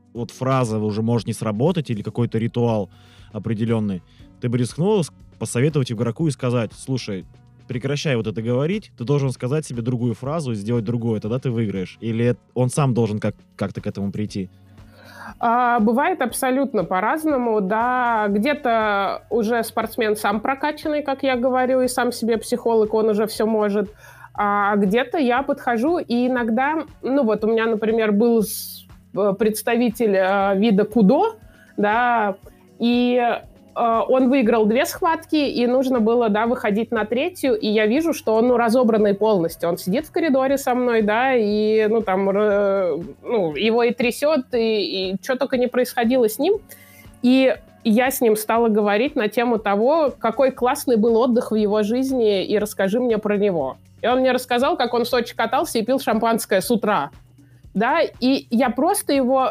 вот фраза уже может не сработать или какой-то ритуал определенный, ты бы рискнул посоветовать игроку и сказать: слушай, прекращай вот это говорить, ты должен сказать себе другую фразу и сделать другое, тогда ты выиграешь. Или он сам должен как-то к этому прийти? Бывает абсолютно по-разному, да, где-то уже спортсмен сам прокачанный, как я говорю, и сам себе психолог, он уже все может, а где-то я подхожу, и иногда, ну вот у меня, например, был представитель вида кудо, да, и он выиграл 2 схватки, и нужно было, да, выходить на 3-ю, и я вижу, что он, разобранный полностью. Он сидит в коридоре со мной, да, и, его и трясет, и что только не происходило с ним. И я с ним стала говорить на тему того, какой классный был отдых в его жизни, и расскажи мне про него. И он мне рассказал, как он в Сочи катался и пил шампанское с утра. Да, и я просто его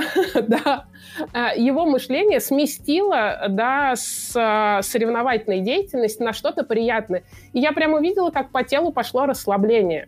мышление сместила, да, с соревновательной деятельности на что-то приятное. И я прямо увидела, как по телу пошло расслабление.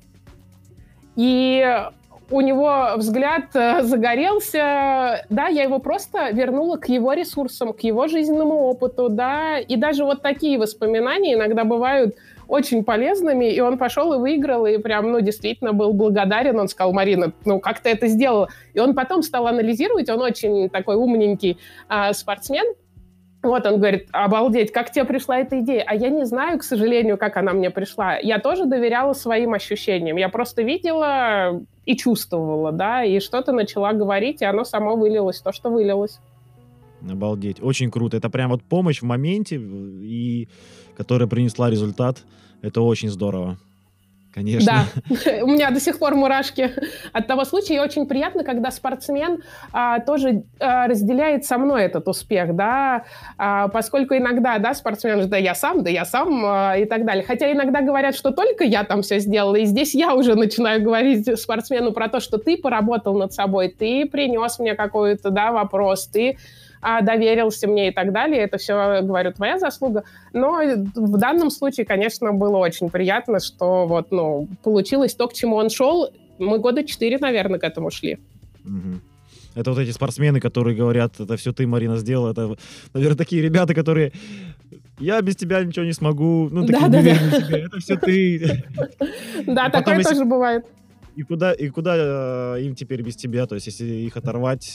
И у него взгляд загорелся, да, я его просто вернула к его ресурсам, к его жизненному опыту, да, и даже вот такие воспоминания иногда бывают очень полезными, и он пошел и выиграл, и прям, действительно был благодарен. Он сказал: Марина, как ты это сделала? И он потом стал анализировать, он очень такой умненький спортсмен. Вот он говорит: обалдеть, как тебе пришла эта идея? А я не знаю, к сожалению, как она мне пришла. Я тоже доверяла своим ощущениям. Я просто видела и чувствовала, да, и что-то начала говорить, и оно само вылилось, то, что вылилось. Обалдеть. Очень круто. Это прям вот помощь в моменте, и которая принесла результат. Это очень здорово. Конечно. Да, у меня до сих пор мурашки от того случая. И очень приятно, когда спортсмен тоже разделяет со мной этот успех, да, поскольку иногда, да, спортсмен же, да я сам, и так далее. Хотя иногда говорят, что только я там все сделала, и здесь я уже начинаю говорить спортсмену про то, что ты поработал над собой, ты принес мне какой-то, да, вопрос, ты доверился мне и так далее. Это все, говорю, твоя заслуга. Но в данном случае, конечно, было очень приятно, что вот, получилось то, к чему он шел. Мы 4 года, наверное, к этому шли. Угу. Это вот эти спортсмены, которые говорят: это все ты, Марина, сделала. Это, наверное, такие ребята, которые: я без тебя ничего не смогу. Такие неуверенные в себе. Это все ты. Да, такое тоже бывает. И куда им теперь без тебя? То есть, если их оторвать,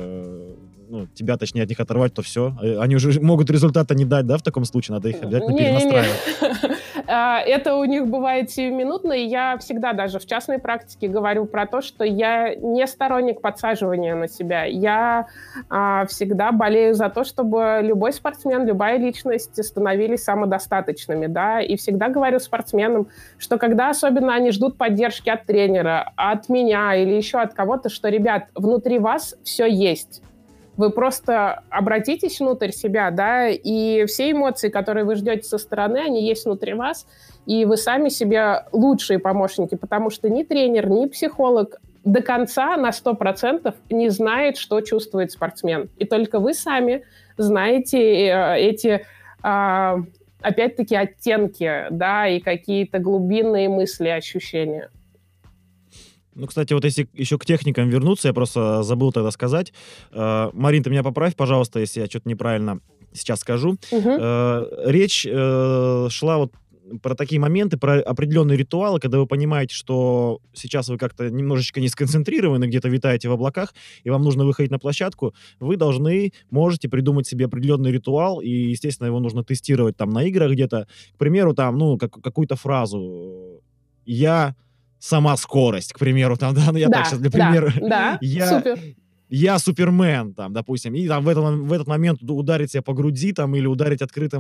тебя, точнее, от них оторвать, то все. Они уже могут результата не дать, да, в таком случае? Надо их обязательно перенастраивать. Это у них бывает сиюминутно, и я всегда даже в частной практике говорю про то, что я не сторонник подсаживания на себя. Я всегда болею за то, чтобы любой спортсмен, любая личность становились самодостаточными, да, и всегда говорю спортсменам, что когда особенно они ждут поддержки от тренера, от меня или еще от кого-то, что, ребят, внутри вас все есть. Вы просто обратитесь внутрь себя, да, и все эмоции, которые вы ждете со стороны, они есть внутри вас, и вы сами себе лучшие помощники, потому что ни тренер, ни психолог до конца на 100% не знает, что чувствует спортсмен. И только вы сами знаете эти, опять-таки, оттенки, да, и какие-то глубинные мысли, ощущения. Кстати, вот если еще к техникам вернуться, я просто забыл тогда сказать. Марин, ты меня поправь, пожалуйста, если я что-то неправильно сейчас скажу. Речь шла вот про такие моменты, про определенные ритуалы, когда вы понимаете, что сейчас вы как-то немножечко не сконцентрированы, где-то витаете в облаках, и вам нужно выходить на площадку, вы можете придумать себе определенный ритуал, и, естественно, его нужно тестировать там на играх где-то. К примеру, там, какую-то фразу. Я сама скорость, к примеру, там, да, я так сейчас для примера. Да, супер. Я Супермен, там, допустим, и там в этот момент ударить себя по груди, там, или ударить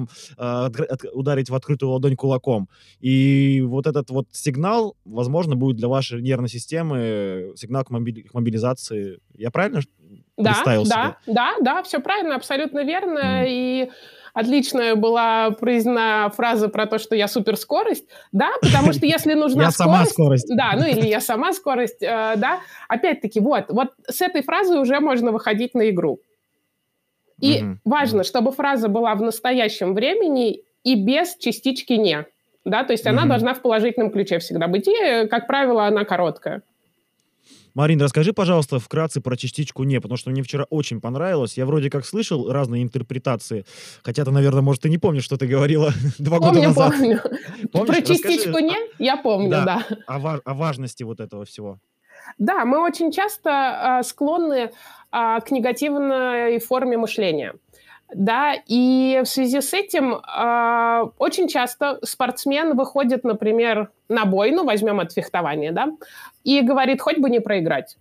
ударить в открытую ладонь кулаком. И вот этот вот сигнал, возможно, будет для вашей нервной системы сигнал к мобилизации. Я правильно представил себе? Да, все правильно, абсолютно верно. И отличная была произнесена фраза про то, что я суперскорость, да, потому что если нужна скорость... Я сама скорость. Да, или я сама скорость, да. Опять-таки, вот с этой фразой уже можно выходить на игру. И важно, чтобы фраза была в настоящем времени и без частички «не», да, то есть она должна в положительном ключе всегда быть, и, как правило, она короткая. Марин, расскажи, пожалуйста, вкратце про частичку «не», потому что мне вчера очень понравилось. Я вроде как слышал разные интерпретации, хотя ты, наверное, может, ты не помнишь, что ты говорила 2 года назад. Помню. Помнишь? Про Расскажи, частичку «не» я помню, да. о важности вот этого всего. Да, мы очень часто склонны к негативной форме мышления. Да, и в связи с этим очень часто спортсмен выходит, например, на бой, ну, возьмем это фехтование, да, и говорит, хоть бы не проиграть.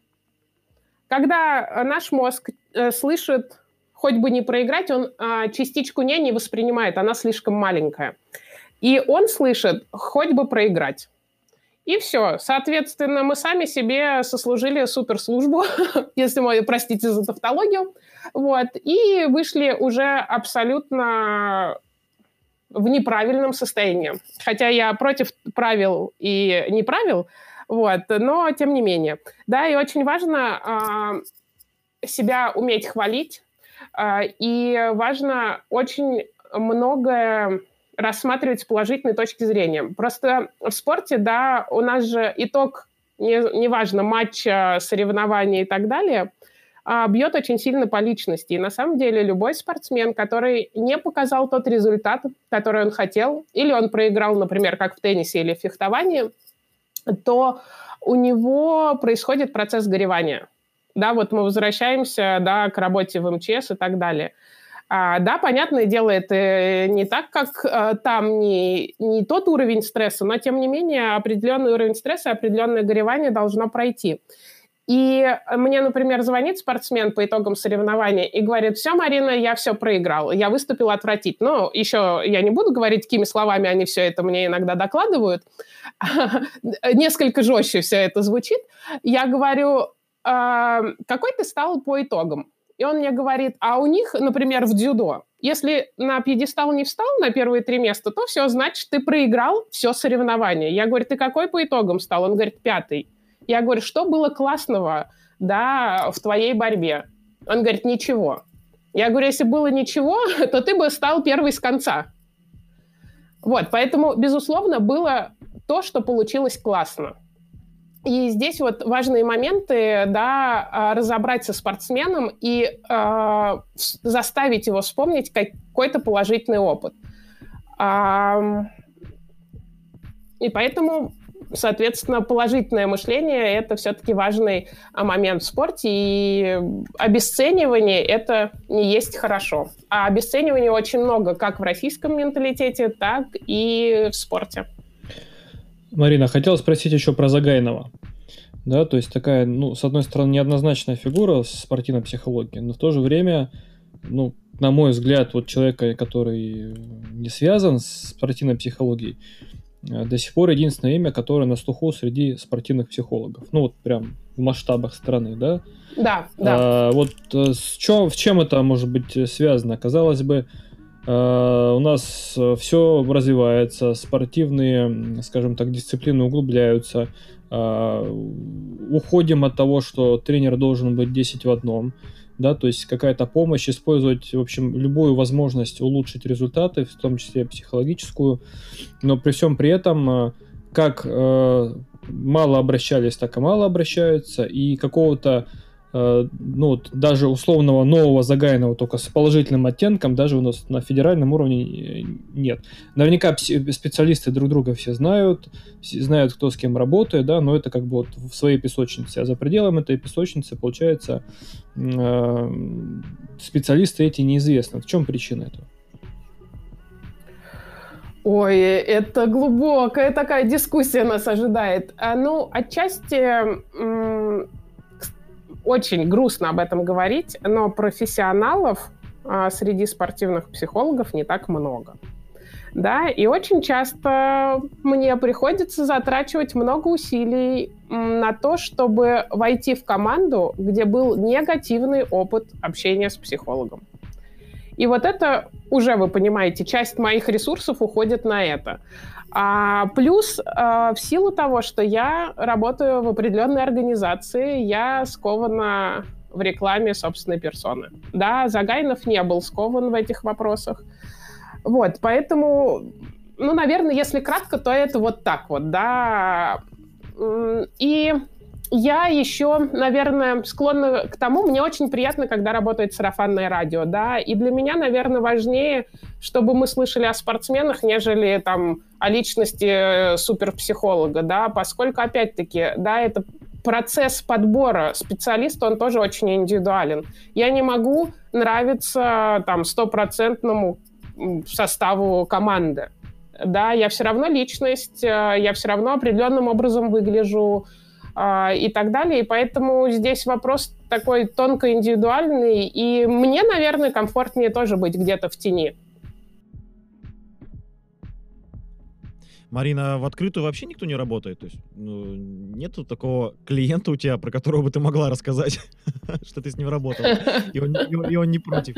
Когда наш мозг слышит, хоть бы не проиграть, он частичку не воспринимает, она слишком маленькая. И он слышит, хоть бы проиграть. И все. Соответственно, мы сами себе сослужили суперслужбу, если вы простите за тавтологию, вот, и вышли уже абсолютно в неправильном состоянии. Хотя я против правил и не правил, вот, но тем не менее. Да, и очень важно себя уметь хвалить, и важно очень многое рассматривать с положительной точки зрения. Просто в спорте, да, у нас же итог, неважно, матча, соревнований и так далее, бьет очень сильно по личности. И на самом деле любой спортсмен, который не показал тот результат, который он хотел, или он проиграл, например, как в теннисе или в фехтовании, то у него происходит процесс горевания. Да, вот мы возвращаемся, да, к работе в МЧС и так далее. Да, понятное дело, это не так, как там, не тот уровень стресса, но, тем не менее, определенный уровень стресса, определенное горевание должно пройти. И мне, например, звонит спортсмен по итогам соревнования и говорит, все, Марина, я все проиграл, я выступила отвратительно. Но еще я не буду говорить, какими словами они все это мне иногда докладывают. Несколько жестче все это звучит. Я говорю, какой ты стал по итогам? И он мне говорит, а у них, например, в дзюдо, если на пьедестал не встал на первые 3 места, то все, значит, ты проиграл все соревнование. Я говорю, ты какой по итогам стал? Он говорит, 5-й. Я говорю, что было классного, да, в твоей борьбе? Он говорит, ничего. Я говорю, если было ничего, то ты бы стал первый с конца. Вот, поэтому, безусловно, было то, что получилось классно. И здесь вот важные моменты, да, разобрать со спортсменом и заставить его вспомнить какой-то положительный опыт. И поэтому, соответственно, положительное мышление – это все-таки важный момент в спорте, и обесценивание – это не есть хорошо. А обесценивания очень много как в российском менталитете, так и в спорте. Марина, хотел спросить еще про Загайнова. Да, то есть такая, ну, с одной стороны, неоднозначная фигура спортивной психологии, но в то же время, ну, на мой взгляд, вот человека, который не связан с спортивной психологией, до сих пор единственное имя, которое на слуху среди спортивных психологов. Ну, вот прям в масштабах страны, да? Да, да. Вот в чем это может быть связано? Казалось бы, у нас все развивается, спортивные, скажем так, дисциплины углубляются, уходим от того, что тренер должен быть 10 в одном, да, то есть какая-то помощь, использовать, в общем, любую возможность улучшить результаты, в том числе психологическую, но при всем при этом, как мало обращались, так и мало обращаются, и какого-то, ну, даже условного нового Загайного, только с положительным оттенком, даже у нас на федеральном уровне нет. Наверняка специалисты друг друга все знают, кто с кем работает, да, но это как бы вот в своей песочнице. А за пределами этой песочницы, получается, специалисты эти неизвестны. В чем причина этого? Ой, это глубокая такая дискуссия нас ожидает. Ну, отчасти очень грустно об этом говорить, но профессионалов среди спортивных психологов не так много. Да, и очень часто мне приходится затрачивать много усилий на то, чтобы войти в команду, где был негативный опыт общения с психологом. И вот это уже, вы понимаете, часть моих ресурсов уходит на это. Плюс в силу того, что я работаю в определенной организации, я скована в рекламе собственной персоны. Да, Загайнов не был скован в этих вопросах. Вот, поэтому, ну, наверное, если кратко, то это вот так вот, да. И Я еще, наверное, склонна к тому, мне очень приятно, когда работает сарафанное радио, да, и для меня, наверное, важнее, чтобы мы слышали о спортсменах, нежели там о личности суперпсихолога, да, поскольку, опять-таки, да, это процесс подбора специалиста, он тоже очень индивидуален. Я не могу нравиться там стопроцентному составу команды, да, я все равно личность, я все равно определенным образом выгляжу, и так далее. И поэтому здесь вопрос такой тонко индивидуальный. И мне, наверное, комфортнее тоже быть где-то в тени. Марина, в открытую вообще никто не работает? То есть, ну, нету такого клиента у тебя, про которого бы ты могла рассказать, что ты с ним работала, и он не против?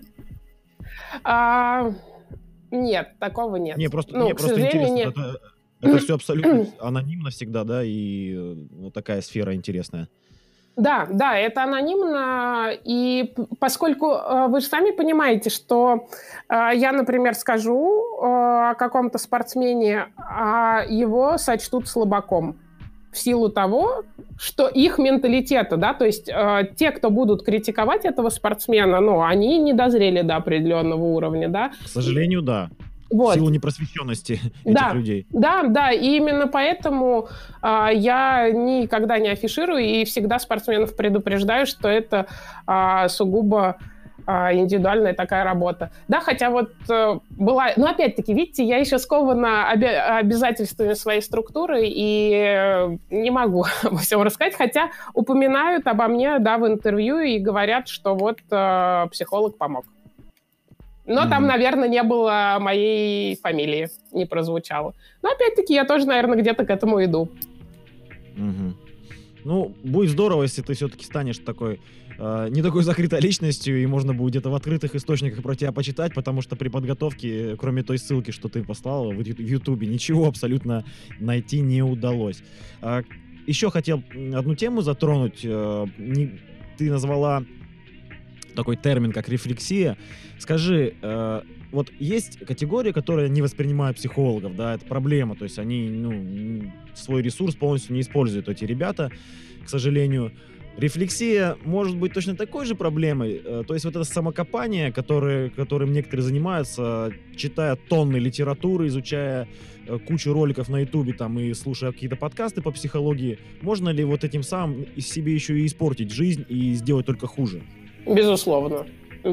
Нет, такого нет. Не, просто к сожалению, интересно. нет. Это все абсолютно анонимно всегда, да, и вот такая сфера интересная. Да, это анонимно, и поскольку вы же сами понимаете, что я, например, скажу о каком-то спортсмене, а его сочтут слабаком в силу того, что их менталитета, да, то есть те, кто будут критиковать этого спортсмена, ну, они не дозрели до определенного уровня, да. К сожалению, да. Вот. В силу непросвещенности этих людей. Да, и именно поэтому я никогда не афиширую и всегда спортсменов предупреждаю, что это сугубо индивидуальная такая работа. Да, хотя вот была... Ну, опять-таки, видите, я еще скована обязательствами своей структуры и не могу обо всем рассказать, хотя упоминают обо мне, да, в интервью и говорят, что вот психолог помог. Но там, наверное, не было моей фамилии, не прозвучало. Но, опять-таки, я тоже, наверное, где-то к этому иду. Ну, будет здорово, если ты все-таки станешь такой, не такой закрытой личностью, и можно будет где-то в открытых источниках про тебя почитать, потому что при подготовке, кроме той ссылки, что ты послала в Ютубе, ничего абсолютно найти не удалось. Еще хотел одну тему затронуть. Ты назвала такой термин, как рефлексия. Скажи, вот есть категории, которые не воспринимают психологов, да, это проблема, то есть они, свой ресурс полностью не используют, эти ребята, к сожалению. Рефлексия может быть точно такой же проблемой, то есть вот это самокопание, которым некоторые занимаются, читая тонны литературы, изучая кучу роликов на ютубе там и слушая какие-то подкасты по психологии, можно ли вот этим самым себе еще и испортить жизнь и сделать только хуже? Безусловно.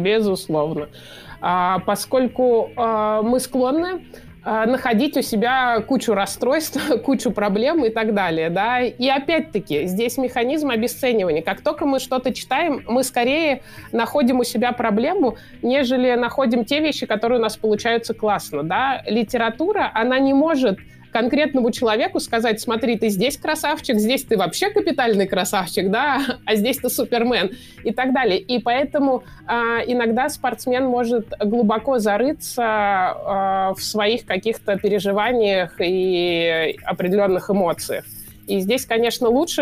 Поскольку мы склонны находить у себя кучу расстройств, кучу проблем и так далее, да, и опять-таки здесь механизм обесценивания. Как только мы что-то читаем, мы скорее находим у себя проблему, нежели находим те вещи, которые у нас получаются классно, да. Литература, она не может конкретному человеку сказать: смотри, ты здесь красавчик, здесь ты вообще капитальный красавчик, да, а здесь ты супермен и так далее. И поэтому иногда спортсмен может глубоко зарыться в своих каких-то переживаниях и определенных эмоциях. И здесь, конечно, лучше...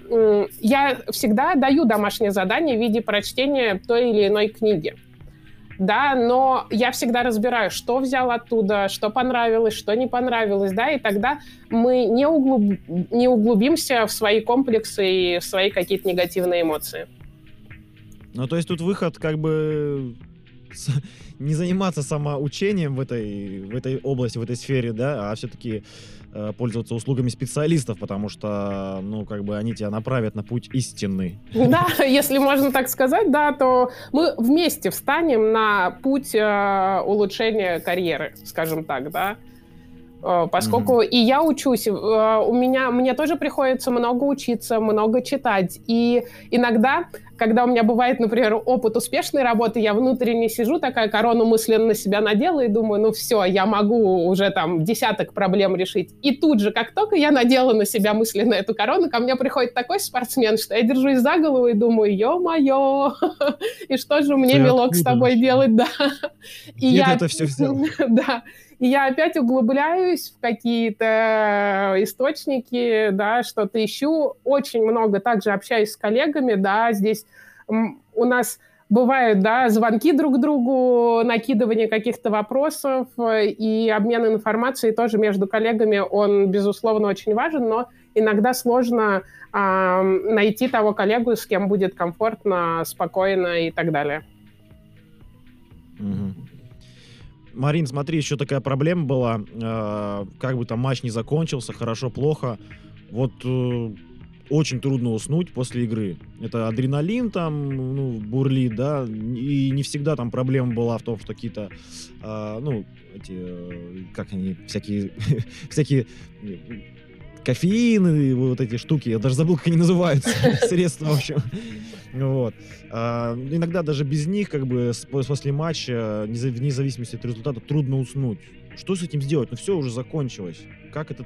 Я всегда даю домашнее задание в виде прочтения той или иной книги. Да, но я всегда разбираю, что взял оттуда, что понравилось, что не понравилось, да, и тогда мы не углубимся в свои комплексы и в свои какие-то негативные эмоции. Ну, то есть тут выход как бы не заниматься самоучением в этой области, в этой сфере, да, а все-таки пользоваться услугами специалистов, потому что, как бы они тебя направят на путь истинный. Да, если можно так сказать, да, то мы вместе встанем на путь улучшения карьеры, скажем так, да. Поскольку и я учусь, мне тоже приходится много учиться, много читать. И иногда, когда у меня бывает, например, опыт успешной работы, я внутренне сижу, такая корону мысленно на себя надела и думаю, все, я могу уже там десяток проблем решить. И тут же, как только я надела на себя мысленно эту корону, ко мне приходит такой спортсмен, что я держусь за голову и думаю, ё-моё, и что же мне, милок, с тобой делать, да. Где ты это все взял? Да. И я опять углубляюсь в какие-то источники, да, что-то ищу. Очень много также общаюсь с коллегами, да, здесь у нас бывают, да, звонки друг другу, накидывание каких-то вопросов и обмен информацией тоже между коллегами, он, безусловно, очень важен, но иногда сложно найти того коллегу, с кем будет комфортно, спокойно и так далее. Мгм. Марин, смотри, еще такая проблема была. Как бы там матч не закончился, хорошо, плохо. Вот очень трудно уснуть после игры. Это адреналин там, ну, бурлит, да, и не всегда там проблема была в том, что какие-то, ну, эти, как они, всякие, всякие кофеины, вот эти штуки, я даже забыл, как они называются, средства, в общем. Вот. Иногда даже без них, как бы, после матча, вне зависимости от результата, трудно уснуть. Что с этим сделать? Ну, все уже закончилось. Как от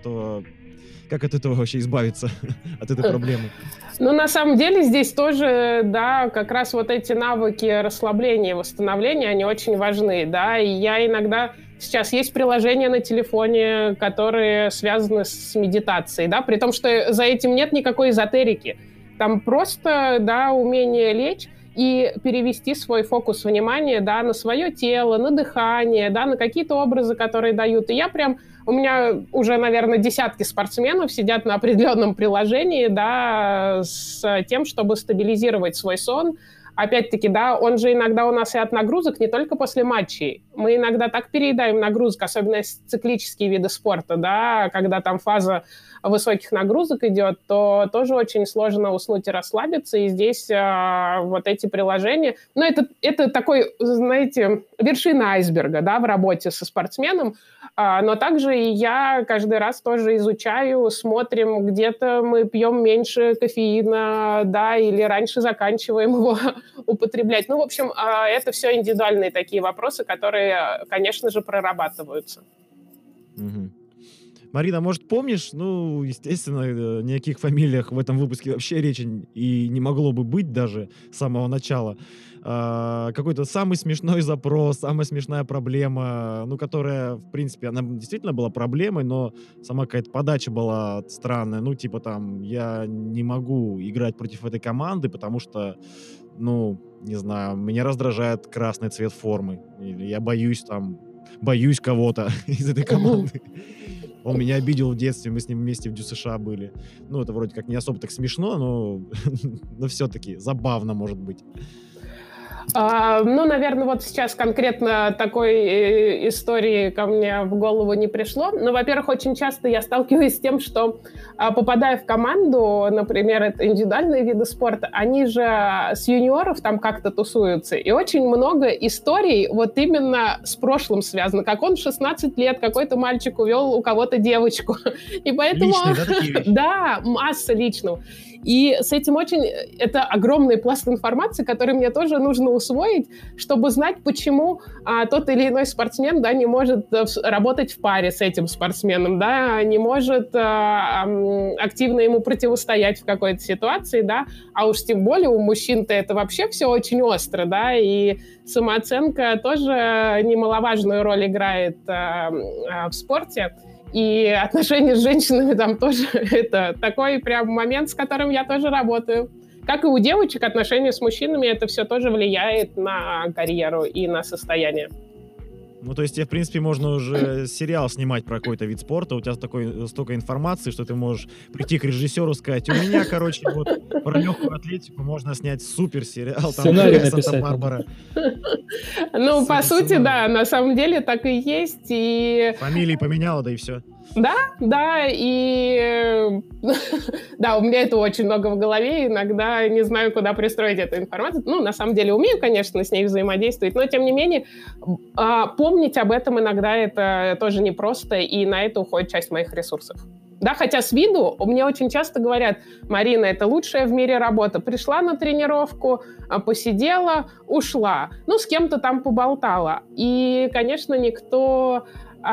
этого вообще избавиться, от этой проблемы? Ну, на самом деле, здесь тоже, да, как раз вот эти навыки расслабления и восстановления, они очень важны, да, и я иногда... Сейчас есть приложения на телефоне, которые связаны с медитацией, да, при том, что за этим нет никакой эзотерики. Там просто, да, умение лечь и перевести свой фокус внимания, да, на свое тело, на дыхание, да, на какие-то образы, которые дают. И у меня уже, наверное, десятки спортсменов сидят на определенном приложении, да, с тем, чтобы стабилизировать свой сон. Опять-таки, да, он же иногда у нас и от нагрузок, не только после матчей. Мы иногда так переедаем нагрузок, особенно циклические виды спорта, да, когда там фаза высоких нагрузок идет, то тоже очень сложно уснуть и расслабиться. И здесь вот эти приложения... Ну, это такой, знаете, вершина айсберга, да, в работе со спортсменом. Но также и я каждый раз тоже изучаю, смотрим, где-то мы пьем меньше кофеина, да, или раньше заканчиваем его употреблять. Ну, в общем, это все индивидуальные такие вопросы, которые, конечно же, прорабатываются. Мгм. Марина, может, помнишь, ну, естественно, ни о каких фамилиях в этом выпуске вообще речи и не могло бы быть даже с самого начала. Какой-то самый смешной запрос, самая смешная проблема, ну, которая, в принципе, она действительно была проблемой, но сама какая-то подача была странная. Ну, типа там, я не могу играть против этой команды, потому что, ну, не знаю, меня раздражает красный цвет формы. Или я боюсь кого-то из этой команды. Он меня обидел в детстве, мы с ним вместе в ДЮСШ были. Ну, это вроде как не особо так смешно, но все-таки забавно, может быть. Ну, наверное, вот сейчас конкретно такой истории ко мне в голову не пришло. Но, во-первых, очень часто я сталкиваюсь с тем, что, попадая в команду, например, это индивидуальные виды спорта, они же с юниоров там как-то тусуются. И очень много историй вот именно с прошлым связано. Как он в 16 лет, какой-то мальчик увел у кого-то девочку. И поэтому... Личные, да, такие вещи? Да, масса личного. И с этим это огромный пласт информации, который мне тоже нужно усвоить, чтобы знать, почему тот или иной спортсмен, да, не может работать в паре с этим спортсменом, да, не может активно ему противостоять в какой-то ситуации, да, а уж тем более у мужчин-то это вообще все очень остро, да, и самооценка тоже немаловажную роль играет в спорте. И отношения с женщинами там тоже это такой прям момент, с которым я тоже работаю. Как и у девочек, отношения с мужчинами, это все тоже влияет на карьеру и на состояние. Ну, то есть тебе, в принципе, можно уже сериал снимать про какой-то вид спорта, у тебя столько информации, что ты можешь прийти к режиссеру и сказать, у меня, короче, вот про легкую атлетику можно снять супер сериал. Сценарий написать. Санта-Барбара. Ну, по сути, да, на самом деле так и есть. И... Фамилии поменяла, да и все. Да, и да, у меня это очень много в голове, иногда не знаю, куда пристроить эту информацию. Ну, на самом деле умею, конечно, с ней взаимодействовать, но, тем не менее, помнить об этом иногда это тоже непросто, и на это уходит часть моих ресурсов. Да, хотя с виду мне очень часто говорят, Марина, это лучшая в мире работа. Пришла на тренировку, посидела, ушла. Ну, с кем-то там поболтала. И, конечно, никто...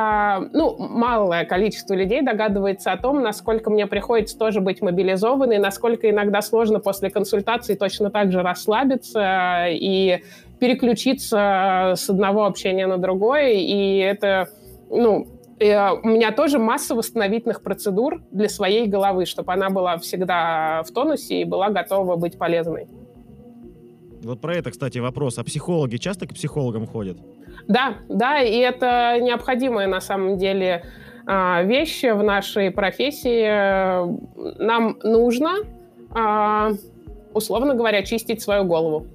малое количество людей догадывается о том, насколько мне приходится тоже быть мобилизованной, насколько иногда сложно после консультации точно так же расслабиться и переключиться с одного общения на другое. И это, у меня тоже масса восстановительных процедур для своей головы, чтобы она была всегда в тонусе и была готова быть полезной. Вот про это, кстати, вопрос. А психологи часто к психологам ходят? Да, и это необходимая на самом деле вещь в нашей профессии. Нам нужно, условно говоря, чистить свою голову.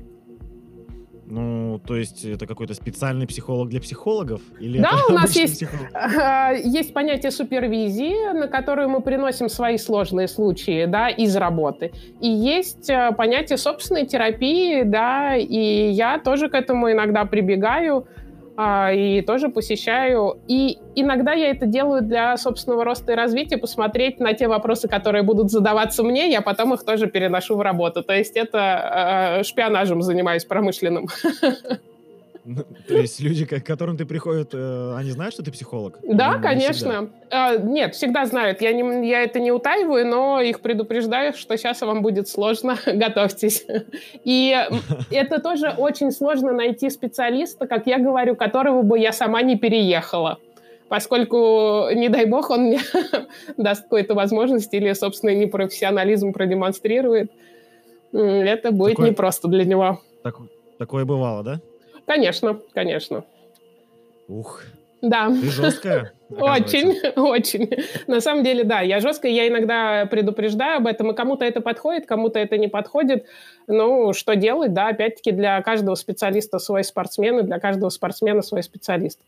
Ну, то есть это какой-то специальный психолог для психологов? Или Да, это у нас обычный есть, психолог? есть понятие супервизии, на которую мы приносим свои сложные случаи, да, из работы. И есть понятие собственной терапии, да, и я тоже к этому иногда прибегаю, и тоже посещаю. И иногда я это делаю для собственного роста и развития, посмотреть на те вопросы, которые будут задаваться мне, я потом их тоже переношу в работу. То есть это шпионажем занимаюсь промышленным. То есть люди, к которым ты приходишь, они знают, что ты психолог? Да, Или не конечно. Нет, всегда знают. Я это не утаиваю, но их предупреждаю, что сейчас вам будет сложно. Готовьтесь. И это тоже очень сложно найти специалиста, как я говорю, которого бы я сама не переехала. Поскольку, не дай бог, он мне даст какую-то возможность или собственный непрофессионализм продемонстрирует. Это будет непросто для него. Такое бывало, да? Конечно, конечно. Ух. Да. Ты жесткая? Очень, очень. На самом деле, да, я жесткая, я иногда предупреждаю об этом, и кому-то это подходит, кому-то это не подходит. Ну, что делать, да, опять-таки для каждого специалиста свой спортсмен, и для каждого спортсмена свой специалист.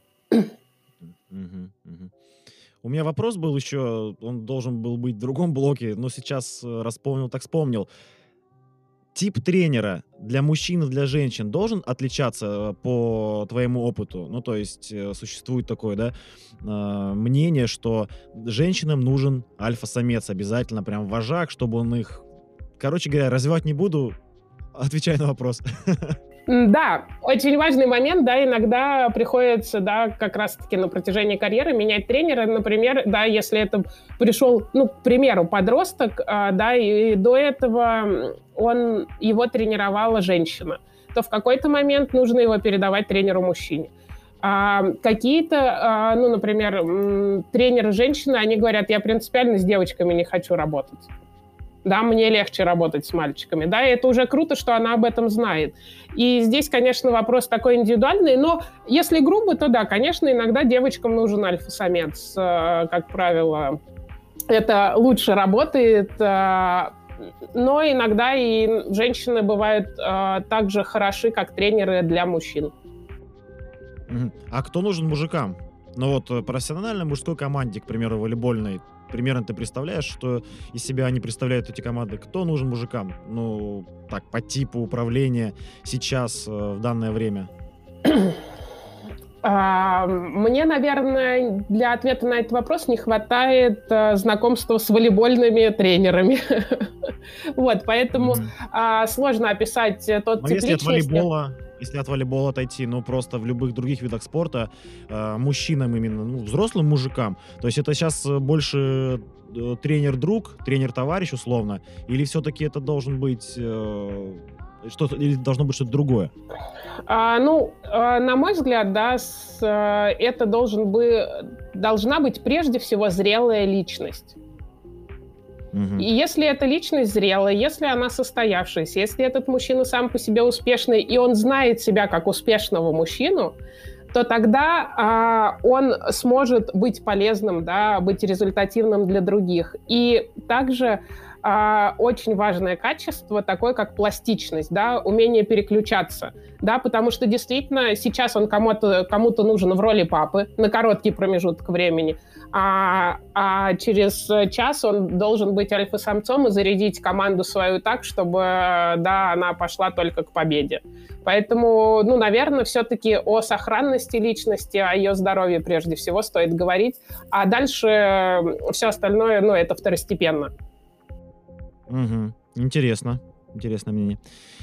У меня вопрос был еще, он должен был быть в другом блоке, но сейчас раз вспомнил, так вспомнил. Тип тренера для мужчин и для женщин должен отличаться по твоему опыту? Ну, то есть существует такое, да, мнение, что женщинам нужен альфа-самец обязательно, прям вожак, чтобы он их... Короче говоря, развивать не буду, отвечай на вопрос. Да, очень важный момент, да, иногда приходится, да, как раз-таки на протяжении карьеры менять тренера, например, да, если это пришел, ну, к примеру, подросток, да, и до этого его тренировала женщина, то в какой-то момент нужно его передавать тренеру-мужчине. Какие-то, ну, например, тренеры женщины, они говорят, я принципиально с девочками не хочу работать. Да, мне легче работать с мальчиками. Да, и это уже круто, что она об этом знает. И здесь, конечно, вопрос такой индивидуальный, но если грубо, то да, конечно, иногда девочкам нужен альфа-самец, как правило. Это лучше работает, но иногда и женщины бывают так же хороши, как тренеры для мужчин. А кто нужен мужикам? Ну вот профессиональной мужской команде, к примеру, волейбольной, примерно ты представляешь, что из себя они представляют эти команды? Кто нужен мужикам? Ну, так, по типу управления сейчас, в данное время? Мне, наверное, для ответа на этот вопрос не хватает знакомства с волейбольными тренерами. Вот, поэтому сложно описать тот тип личности. Если от волейбола отойти, ну, просто в любых других видах спорта, мужчинам именно, ну, взрослым мужикам, то есть это сейчас больше тренер-друг, тренер-товарищ условно, или все-таки это должен быть что-то, или должно быть что-то другое? На мой взгляд, да, это должна быть прежде всего зрелая личность. И если эта личность зрелая, если она состоявшаяся, если этот мужчина сам по себе успешный, и он знает себя как успешного мужчину, то тогда он сможет быть полезным, да, быть результативным для других. И также очень важное качество, такое как пластичность, да, умение переключаться, да, потому что действительно сейчас он кому-то нужен в роли папы на короткий промежуток времени, а через час он должен быть альфа-самцом и зарядить команду свою так, чтобы, да, она пошла только к победе. Поэтому, ну, наверное, все-таки о сохранности личности, о ее здоровье прежде всего стоит говорить, а дальше все остальное, ну, это второстепенно. Интересно. Интересное мнение.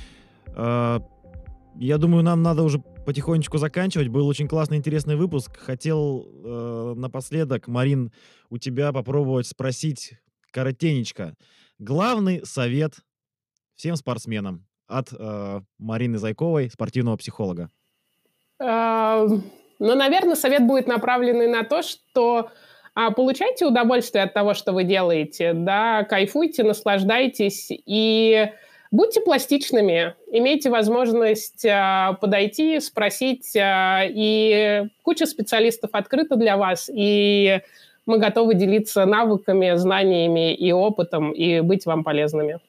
Я думаю, нам надо уже потихонечку заканчивать. Был очень классный, интересный выпуск. Хотел напоследок, Марин, у тебя попробовать спросить коротенечко. Главный совет всем спортсменам от Марины Зайковой, спортивного психолога. Ну, наверное, совет будет направленный на то, что получайте удовольствие от того, что вы делаете, да, кайфуйте, наслаждайтесь и Будьте пластичными, имейте возможность подойти, спросить, и куча специалистов открыта для вас, и мы готовы делиться навыками, знаниями и опытом, и быть вам полезными.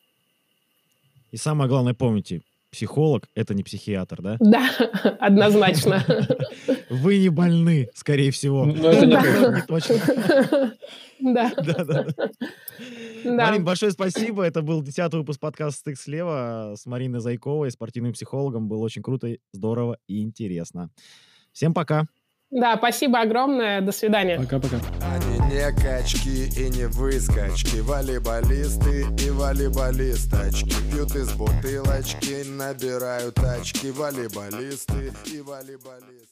И самое главное, помните, психолог — это не психиатр, да? Да, однозначно. Вы не больны, скорее всего. Но это не точно. Да. Марин, большое спасибо. Это был 10-й выпуск подкаста «Стык слева» с Мариной Зайковой, спортивным психологом. Было очень круто, здорово и интересно. Всем пока. Да, спасибо огромное. До свидания. Пока-пока. Они не качки и не выскочки, волейболисты и волейболисточки. Пьют из бутылочки, набирают очки, волейболисты и волейболисты.